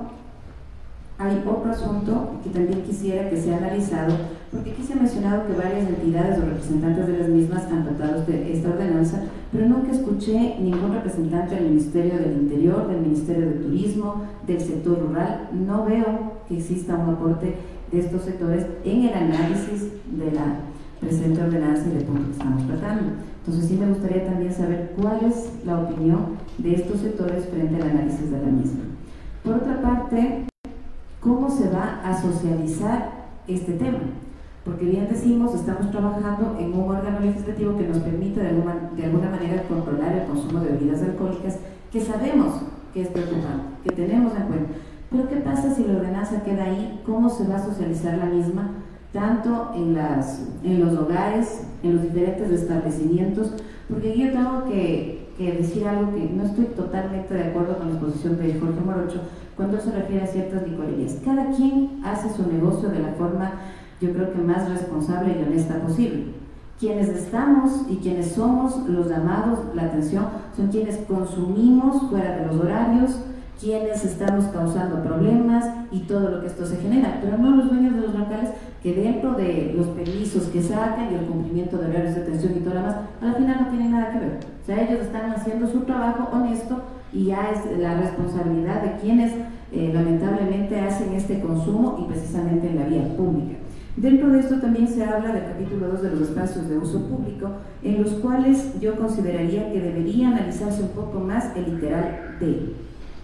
hay otro asunto que también quisiera que sea analizado, porque aquí se ha mencionado que varias entidades o representantes de las mismas han tratado de esta ordenanza, pero nunca escuché ningún representante del Ministerio del Interior, del Ministerio de Turismo, del sector rural. No veo que exista un aporte de estos sectores en el análisis de la presente ordenanza y del punto que estamos tratando. Entonces sí me gustaría también saber cuál es la opinión de estos sectores frente al análisis de la misma. Por otra parte, ¿cómo se va a socializar este tema? Porque bien decimos, estamos trabajando en un órgano legislativo que nos permite de alguna, de alguna manera controlar el consumo de bebidas alcohólicas, que sabemos que es preocupante, que tenemos en cuenta. Pero ¿qué pasa si la ordenanza queda ahí? ¿Cómo se va a socializar la misma? Tanto en, las, en los hogares, en los diferentes establecimientos, porque yo tengo que, que decir algo que no estoy totalmente de acuerdo con la exposición de Jorge Morocho cuando se refiere a ciertas licorerías. Cada quien hace su negocio de la forma, yo creo que más responsable y honesta posible. Quienes estamos y quienes somos los llamados la atención son quienes consumimos fuera de los horarios, quienes estamos causando problemas y todo lo que esto se genera, pero no los dueños de los locales que dentro de los permisos que sacan y el cumplimiento de horarios de atención y todo lo demás, al final no tienen nada que ver. O sea, ellos están haciendo su trabajo honesto y ya es la responsabilidad de quienes eh, lamentablemente hacen este consumo y precisamente en la vía pública. Dentro de esto también se habla del capítulo dos de los espacios de uso público, en los cuales yo consideraría que debería analizarse un poco más el literal D.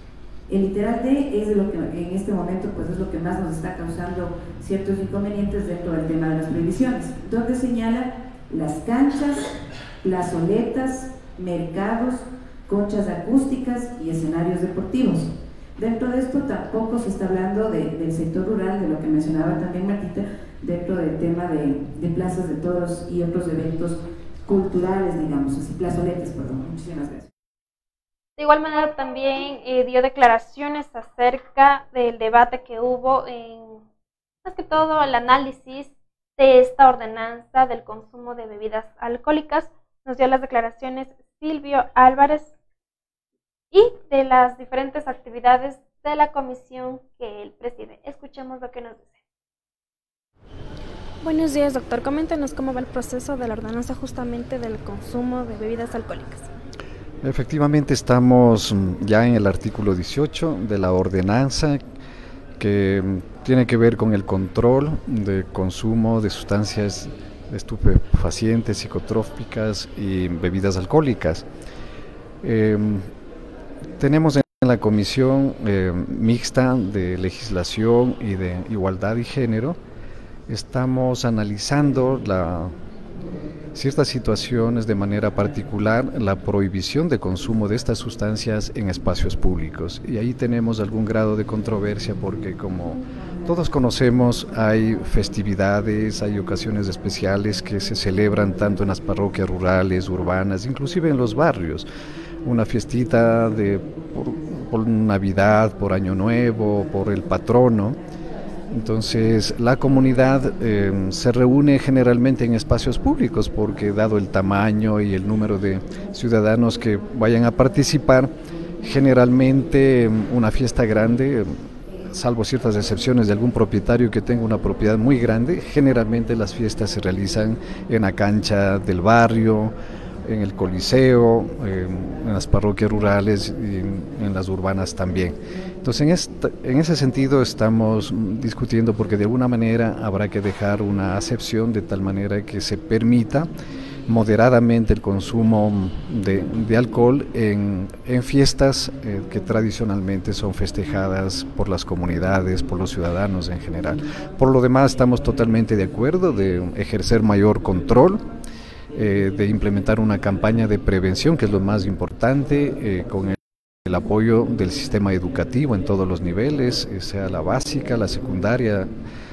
El literal D es de lo que en este momento pues es lo que más nos está causando ciertos inconvenientes dentro del tema de las prohibiciones, donde señala las canchas, plazoletas, mercados, conchas acústicas y escenarios deportivos. Dentro de esto tampoco se está hablando de, del sector rural, de lo que mencionaba también Martita, dentro del tema de, de plazas de toros y otros eventos culturales, digamos, así, plazoletas, perdón. Muchísimas gracias. De igual manera también eh, dio declaraciones acerca del debate que hubo en, más que todo, el análisis de esta ordenanza del consumo de bebidas alcohólicas. Nos dio las declaraciones Silvio Álvarez y de las diferentes actividades de la comisión que él preside. Escuchemos lo que nos dice. Buenos días, doctor. Coméntenos cómo va el proceso de la ordenanza justamente del consumo de bebidas alcohólicas. Efectivamente estamos ya en el artículo dieciocho de la ordenanza que tiene que ver con el control de consumo de sustancias estupefacientes, psicotrópicas y bebidas alcohólicas. Eh, tenemos en la Comisión eh, Mixta de Legislación y de Igualdad y Género, estamos analizando la ciertas situaciones, de manera particular la prohibición de consumo de estas sustancias en espacios públicos, y ahí tenemos algún grado de controversia porque, como todos conocemos, hay festividades, hay ocasiones especiales que se celebran tanto en las parroquias rurales, urbanas, inclusive en los barrios. Una fiestita de, por, por Navidad, por Año Nuevo, por el patrono. Entonces la comunidad eh, se reúne generalmente en espacios públicos porque, dado el tamaño y el número de ciudadanos que vayan a participar, generalmente una fiesta grande, salvo ciertas excepciones de algún propietario que tenga una propiedad muy grande, generalmente las fiestas se realizan en la cancha del barrio, en el coliseo, eh, en las parroquias rurales y en, en las urbanas también. Entonces, en, esta, en ese sentido estamos discutiendo porque de alguna manera habrá que dejar una acepción de tal manera que se permita moderadamente el consumo de, de alcohol en, en fiestas eh, que tradicionalmente son festejadas por las comunidades, por los ciudadanos en general. Por lo demás, estamos totalmente de acuerdo de ejercer mayor control, Eh, de implementar una campaña de prevención, que es lo más importante, eh, con el, el apoyo del sistema educativo en todos los niveles, eh, sea la básica, la secundaria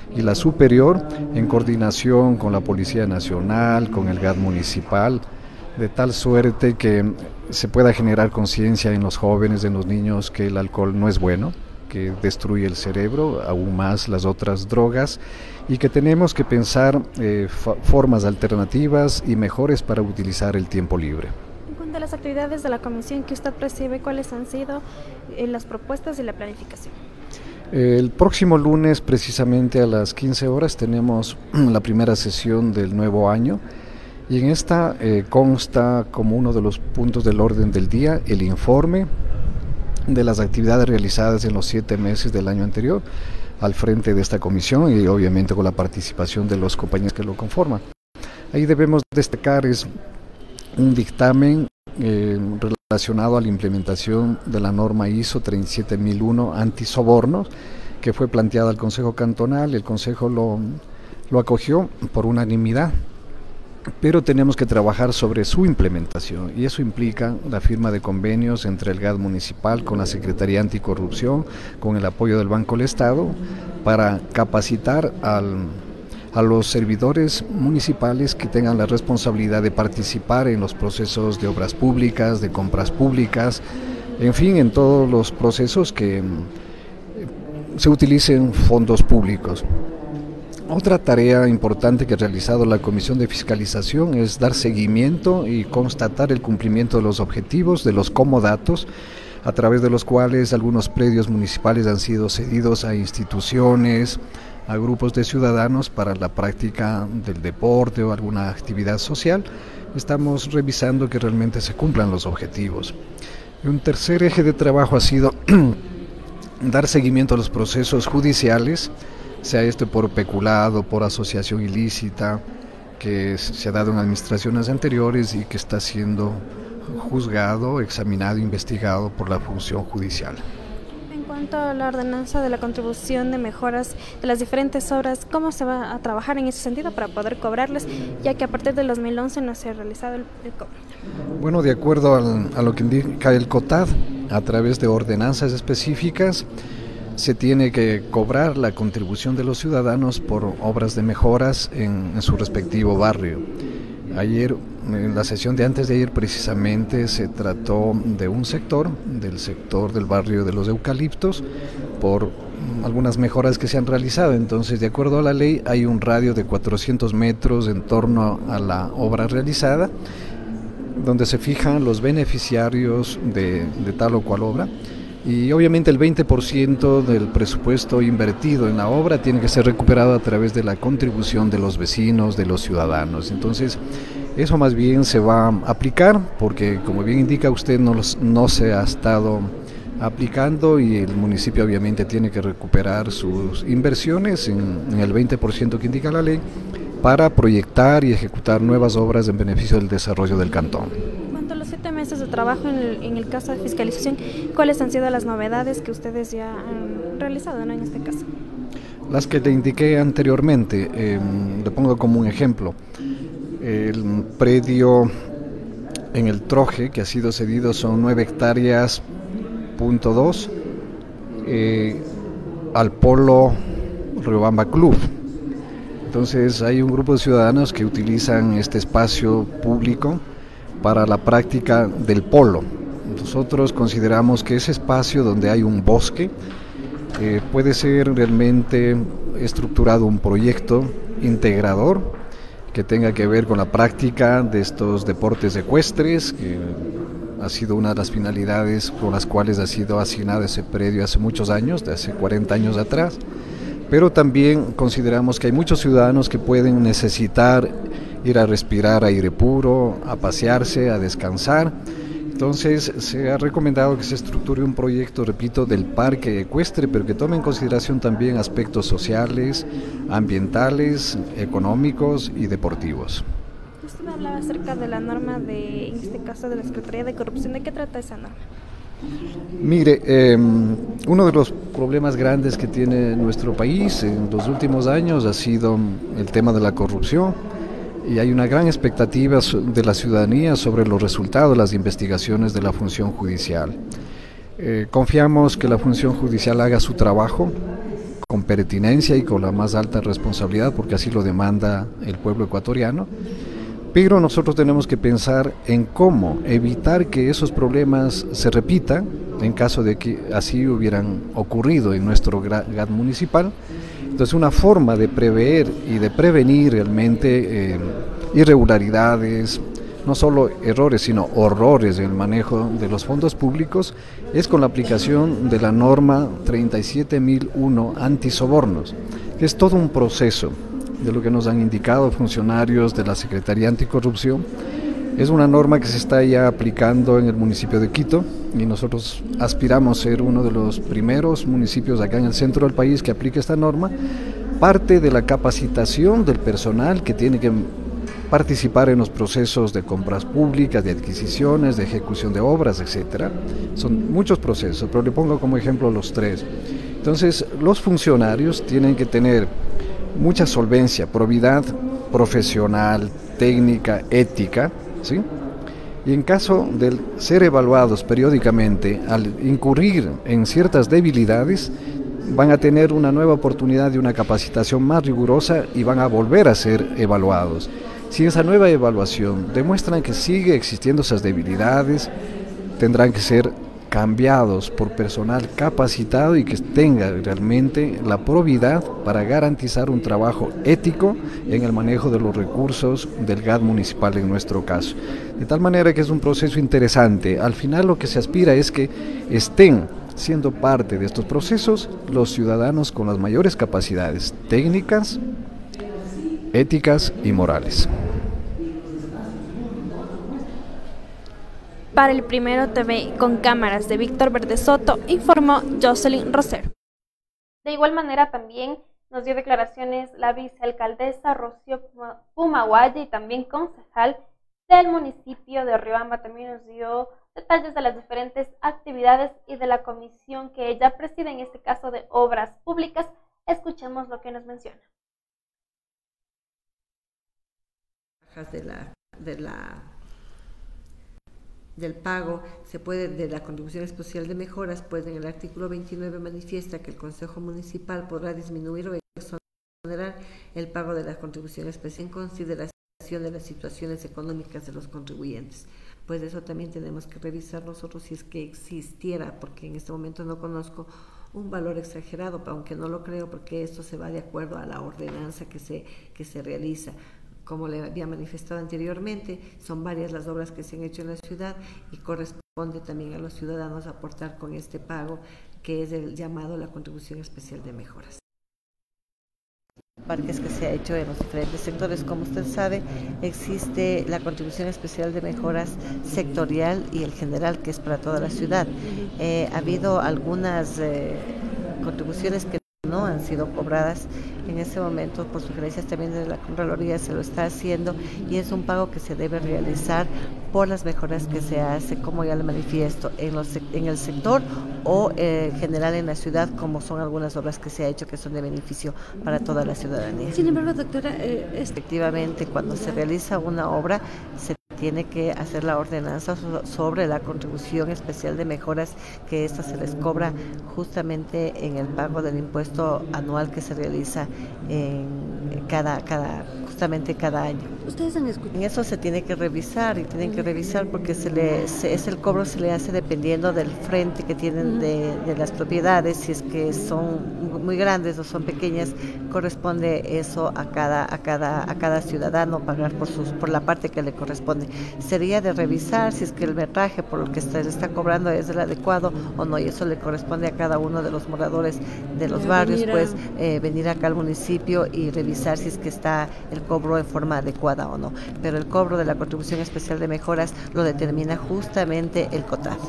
y la superior, en coordinación con la Policía Nacional, con el G A D municipal, de tal suerte que se pueda generar conciencia en los jóvenes, en los niños, que el alcohol no es bueno, que destruye el cerebro, aún más las otras drogas, y que tenemos que pensar eh, formas alternativas y mejores para utilizar el tiempo libre. En cuanto a las actividades de la comisión que usted percibe, ¿cuáles han sido eh, las propuestas y la planificación? El próximo lunes, precisamente a las quince horas, tenemos la primera sesión del nuevo año, y en esta eh, consta como uno de los puntos del orden del día el informe de las actividades realizadas en los siete meses del año anterior al frente de esta comisión, y obviamente con la participación de los compañeros que lo conforman. Ahí debemos destacar es un dictamen eh, relacionado a la implementación de la norma I S O treinta y siete mil uno antisobornos, que fue planteada al Consejo Cantonal. El Consejo lo, lo acogió por unanimidad, pero tenemos que trabajar sobre su implementación, y eso implica la firma de convenios entre el G A D municipal con la Secretaría Anticorrupción, con el apoyo del Banco del Estado, para capacitar al, a los servidores municipales que tengan la responsabilidad de participar en los procesos de obras públicas, de compras públicas, en fin, en todos los procesos que se utilicen fondos públicos. Otra tarea importante que ha realizado la Comisión de Fiscalización es dar seguimiento y constatar el cumplimiento de los objetivos de los comodatos, a través de los cuales algunos predios municipales han sido cedidos a instituciones, a grupos de ciudadanos para la práctica del deporte o alguna actividad social. Estamos revisando que realmente se cumplan los objetivos. Y un tercer eje de trabajo ha sido dar seguimiento a los procesos judiciales, sea este por peculado, por asociación ilícita, que se ha dado en administraciones anteriores y que está siendo juzgado, examinado, investigado por la función judicial. En cuanto a la ordenanza de la contribución de mejoras de las diferentes obras, ¿cómo se va a trabajar en ese sentido para poder cobrarles, ya que a partir del dos mil once no se ha realizado el, el cobro? Bueno, de acuerdo al, a lo que indica el COTAD, a través de ordenanzas específicas, se tiene que cobrar la contribución de los ciudadanos por obras de mejoras en, en su respectivo barrio. Ayer, en la sesión de antes de ayer precisamente, se trató de un sector, del sector del barrio de los Eucaliptos, por algunas mejoras que se han realizado. Entonces, de acuerdo a la ley, hay un radio de cuatrocientos metros en torno a la obra realizada, donde se fijan los beneficiarios de, de tal o cual obra. Y obviamente el veinte por ciento del presupuesto invertido en la obra tiene que ser recuperado a través de la contribución de los vecinos, de los ciudadanos. Entonces, eso más bien se va a aplicar, porque como bien indica usted, no, los, no se ha estado aplicando, y el municipio obviamente tiene que recuperar sus inversiones en, en el veinte por ciento que indica la ley, para proyectar y ejecutar nuevas obras en beneficio del desarrollo del cantón. Siete meses de trabajo en el, en el caso de fiscalización, ¿cuáles han sido las novedades que ustedes ya han realizado, ¿no?, en este caso? Las que te indiqué anteriormente. Eh, le pongo como un ejemplo: el predio en el Troje que ha sido cedido son nueve hectáreas punto dos eh, al Polo Riobamba Club. Entonces hay un grupo de ciudadanos que utilizan este espacio público para la práctica del polo. Nosotros consideramos que ese espacio donde hay un bosque eh, puede ser realmente estructurado un proyecto integrador que tenga que ver con la práctica de estos deportes ecuestres, que ha sido una de las finalidades por las cuales ha sido asignado ese predio hace muchos años, de hace cuarenta años atrás. Pero también consideramos que hay muchos ciudadanos que pueden necesitar ir a respirar aire puro, a pasearse, a descansar. Entonces se ha recomendado que se estructure un proyecto, repito, del parque ecuestre, pero que tome en consideración también aspectos sociales, ambientales, económicos y deportivos. Usted me hablaba acerca de la norma de, en este caso, de la Secretaría de Corrupción. ¿De qué trata esa norma? Mire, eh, uno de los problemas grandes que tiene nuestro país en los últimos años ha sido el tema de la corrupción, y hay una gran expectativa de la ciudadanía sobre los resultados de las investigaciones de la función judicial. Eh, confiamos que la función judicial haga su trabajo con pertinencia y con la más alta responsabilidad, porque así lo demanda el pueblo ecuatoriano. Pero nosotros tenemos que pensar en cómo evitar que esos problemas se repitan en caso de que así hubieran ocurrido en nuestro G A T municipal. Entonces, una forma de prever y de prevenir realmente eh, irregularidades, no solo errores, sino horrores en el manejo de los fondos públicos, es con la aplicación de la norma treinta y siete mil uno antisobornos, que es todo un proceso de lo que nos han indicado funcionarios de la Secretaría Anticorrupción. Es una norma que se está ya aplicando en el municipio de Quito y nosotros aspiramos a ser uno de los primeros municipios acá en el centro del país que aplique esta norma. Parte de la capacitación del personal que tiene que participar en los procesos de compras públicas, de adquisiciones, de ejecución de obras, etcétera. Son muchos procesos, pero le pongo como ejemplo los tres. Entonces, los funcionarios tienen que tener mucha solvencia, probidad profesional, técnica, ética, ¿sí? Y en caso de ser evaluados periódicamente, al incurrir en ciertas debilidades, van a tener una nueva oportunidad de una capacitación más rigurosa y van a volver a ser evaluados. Si esa nueva evaluación demuestran que sigue existiendo esas debilidades, tendrán que ser cambiados por personal capacitado y que tenga realmente la probidad para garantizar un trabajo ético en el manejo de los recursos del G A T municipal en nuestro caso. De tal manera que es un proceso interesante. Al final lo que se aspira es que estén siendo parte de estos procesos los ciudadanos con las mayores capacidades técnicas, éticas y morales. Para el Primero T V con cámaras de Víctor Verdesoto, informó Jocelyn Roser. De igual manera también nos dio declaraciones la vicealcaldesa Rocío Pumaguaya y también concejal del municipio de Riobamba. También nos dio detalles de las diferentes actividades y de la comisión que ella preside, en este caso de obras públicas. Escuchemos lo que nos menciona. De la, de la del pago se puede de la contribución especial de mejoras, pues en el artículo veintinueve manifiesta que el Consejo Municipal podrá disminuir o exonerar el pago de la contribución especial en consideración de las situaciones económicas de los contribuyentes. Pues eso también tenemos que revisar nosotros si es que existiera, porque en este momento no conozco un valor exagerado, aunque no lo creo, porque esto se va de acuerdo a la ordenanza que se, que se realiza. Como le había manifestado anteriormente, son varias las obras que se han hecho en la ciudad y corresponde también a los ciudadanos aportar con este pago, que es el llamado la contribución especial de mejoras. Parques que se ha hecho en los diferentes sectores. Como usted sabe, existe la contribución especial de mejoras sectorial y el general, que es para toda la ciudad. Eh, ha habido algunas eh, contribuciones que no han sido cobradas en este momento, por sugerencias también de la Contraloría se lo está haciendo, y es un pago que se debe realizar por las mejoras que se hace, como ya le manifiesto, en, los, en el sector o eh, general en la ciudad, como son algunas obras que se ha hecho que son de beneficio para toda la ciudadanía. Sin embargo, doctora, eh, es... efectivamente, cuando se realiza una obra, se tiene que hacer la ordenanza sobre la contribución especial de mejoras, que esta se les cobra justamente en el pago del impuesto anual que se realiza en cada, cada, justamente cada año. Ustedes han escuchado. En eso se tiene que revisar y tienen que revisar porque se le, se, es el cobro se le hace dependiendo del frente que tienen de, de las propiedades, si es que son muy grandes o son pequeñas, corresponde eso a cada, a cada, a cada ciudadano pagar por sus, por la parte que le corresponde. Sería de revisar si es que el metraje por el que se le está cobrando es el adecuado o no, y eso le corresponde a cada uno de los moradores de los barrios, pues eh, venir acá al municipio y revisar si es que está el cobro en forma adecuada o no. Pero el cobro de la contribución especial de mejoras lo determina justamente el COTAD.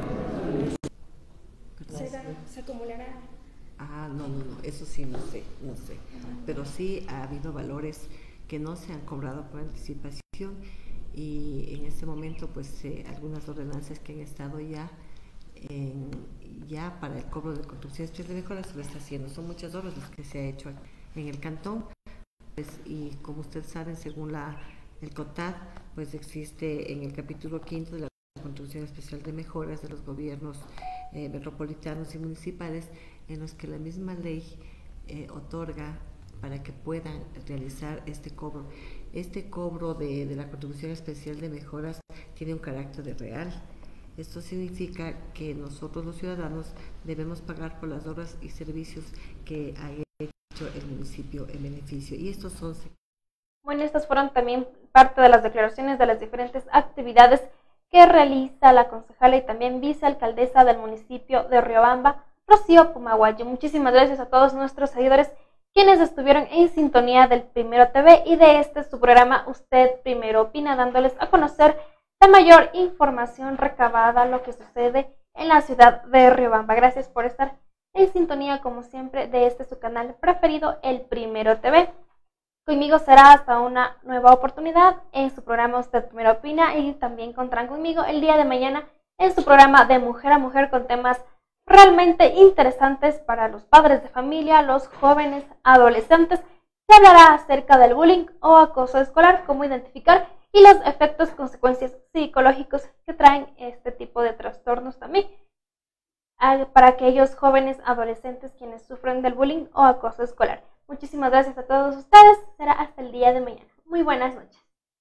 ¿Se, se acumulará? Ah, no, no, no, eso sí no sé, no sé. Pero sí ha habido valores que no se han cobrado por anticipación, y en este momento pues eh, algunas ordenanzas que han estado ya en, ya para el cobro de contribución especial de mejoras se lo está haciendo. Son muchas obras las que se ha hecho en el cantón, pues, y como ustedes saben, según la el COTAD, pues existe en el capítulo quinto de la contribución especial de mejoras de los gobiernos eh, metropolitanos y municipales, en los que la misma ley eh, otorga para que puedan realizar este cobro. Este cobro de, de la contribución especial de mejoras tiene un carácter de real. Esto significa que nosotros los ciudadanos debemos pagar por las obras y servicios que haya hecho el municipio en beneficio. Y estos son... Bueno, estas fueron también parte de las declaraciones de las diferentes actividades que realiza la concejala y también vicealcaldesa del municipio de Riobamba, Rocío Pumaguayo. Muchísimas gracias a todos nuestros seguidores quienes estuvieron en sintonía del Primero T V y de este su programa Usted Primero Opina, dándoles a conocer la mayor información recabada, lo que sucede en la ciudad de Riobamba. Gracias por estar en sintonía, como siempre, de este su canal preferido, el Primero T V. Conmigo será hasta una nueva oportunidad en su programa Usted Primero Opina, y también contarán conmigo el día de mañana en su programa de Mujer a Mujer con temas realmente interesantes para los padres de familia, los jóvenes, adolescentes. Se hablará acerca del bullying o acoso escolar, cómo identificar y los efectos, consecuencias psicológicos que traen este tipo de trastornos también para aquellos jóvenes, adolescentes quienes sufren del bullying o acoso escolar. Muchísimas gracias a todos ustedes. Será hasta el día de mañana. Muy buenas noches.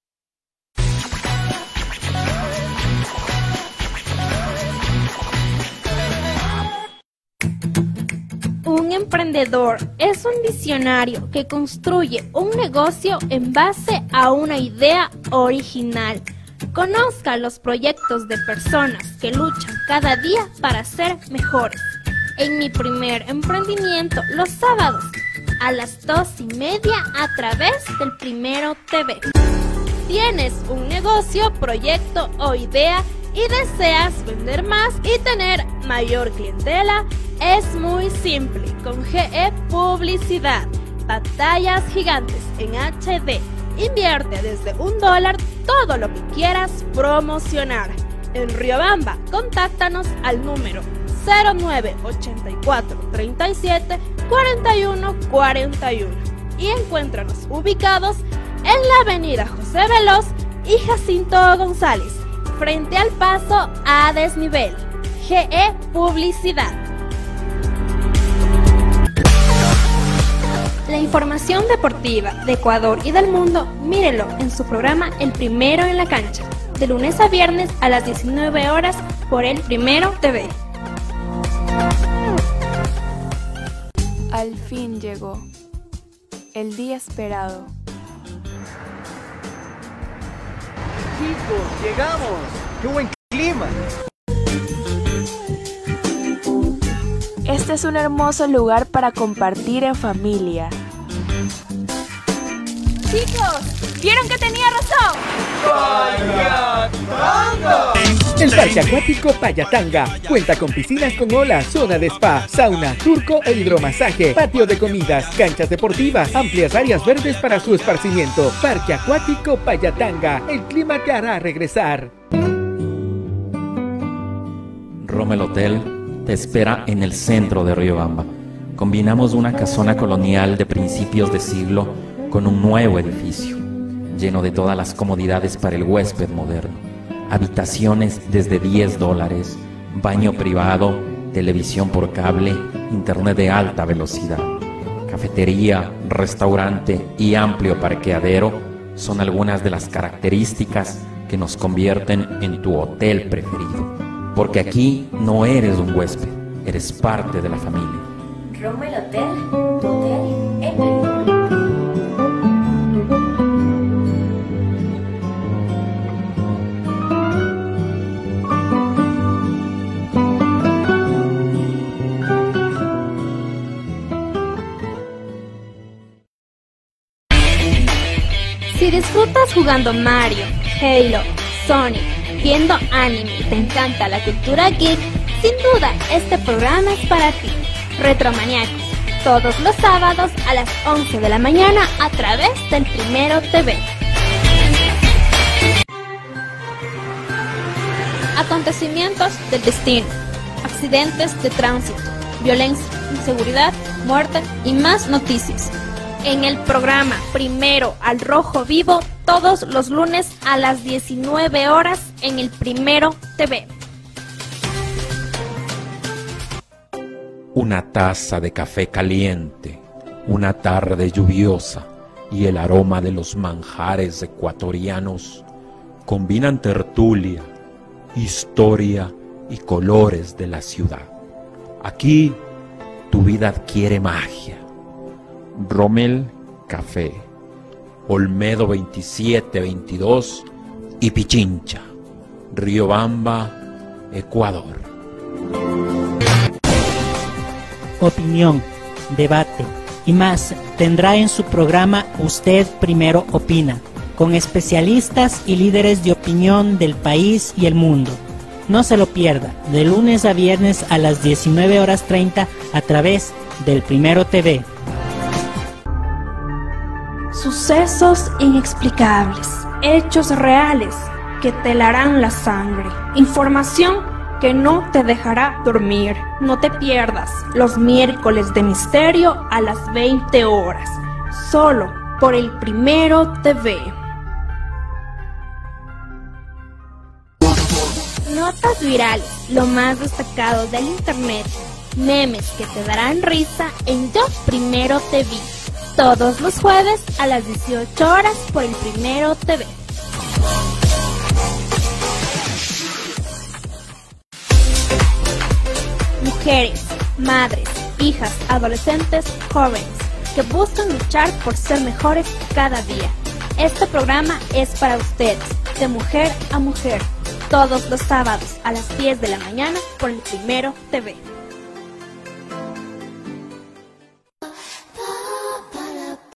Un emprendedor es un visionario que construye un negocio en base a una idea original. Conozca los proyectos de personas que luchan cada día para ser mejores. En mi primer emprendimiento, los sábados, a las dos y media a través del Primero T V. ¿Tienes un negocio, proyecto o idea y deseas vender más y tener mayor clientela? Es muy simple. Con G E Publicidad, pantallas gigantes en H D. Invierte desde un dólar todo lo que quieras promocionar. En Riobamba, contáctanos al número cero nueve ochenta y cuatro treinta y siete cuarenta y uno cuarenta y uno y encuéntranos ubicados en la avenida José Veloz y Jacinto González, frente al paso a desnivel. G E Publicidad. La información deportiva de Ecuador y del mundo, mírelo en su programa El Primero en la Cancha, de lunes a viernes a las diecinueve horas por El Primero T V. Al fin llegó el día esperado. Chicos, llegamos. ¡Qué buen clima! Este es un hermoso lugar para compartir en familia. Chicos, ¿vieron que tenía razón? ¡Payatanga! El Parque Acuático Payatanga cuenta con piscinas con olas, zona de spa, sauna, turco e hidromasaje, patio de comidas, canchas deportivas, amplias áreas verdes para su esparcimiento. Parque Acuático Payatanga, el clima te hará regresar. Rommel Hotel te espera en el centro de Riobamba. Combinamos una casona colonial de principios de siglo con un nuevo edificio, lleno de todas las comodidades para el huésped moderno. Habitaciones desde diez dólares, baño privado, televisión por cable, internet de alta velocidad, cafetería, restaurante y amplio parqueadero son algunas de las características que nos convierten en tu hotel preferido. Porque aquí no eres un huésped, eres parte de la familia. Rommel Hotel, tu hotel en Perú. Si disfrutas jugando Mario, Halo, Sonic, viendo anime y te encanta la cultura geek, sin duda este programa es para ti. Retromaniacos, todos los sábados a las once de la mañana a través del Primero T V. Acontecimientos del destino, accidentes de tránsito, violencia, inseguridad, muerte y más noticias. En el programa Primero al Rojo Vivo, todos los lunes a las diecinueve horas en el Primero T V. Una taza de café caliente Una tarde lluviosa y el aroma de los manjares ecuatorianos combinan tertulia, historia y colores de la ciudad. Aquí tu vida adquiere magia. Rommel Café, Olmedo veintisiete veintidós y Pichincha, Riobamba, Ecuador. Opinión, debate y más tendrá en su programa Usted Primero Opina, con especialistas y líderes de opinión del país y el mundo. No se lo pierda, de lunes a viernes a las diecinueve horas treinta a través del Primero T V. Sucesos inexplicables, hechos reales que te helarán la sangre, información que no te dejará dormir. No te pierdas los miércoles de misterio a las veinte horas, solo por el Primero T V. Notas virales, lo más destacado del internet, memes que te darán risa en Yo Primero T V. Todos los jueves a las dieciocho horas por el Primero T V. Mujeres, madres, hijas, adolescentes, jóvenes que buscan luchar por ser mejores cada día. Este programa es para ustedes, de mujer a mujer, todos los sábados a las diez de la mañana por el Primero T V.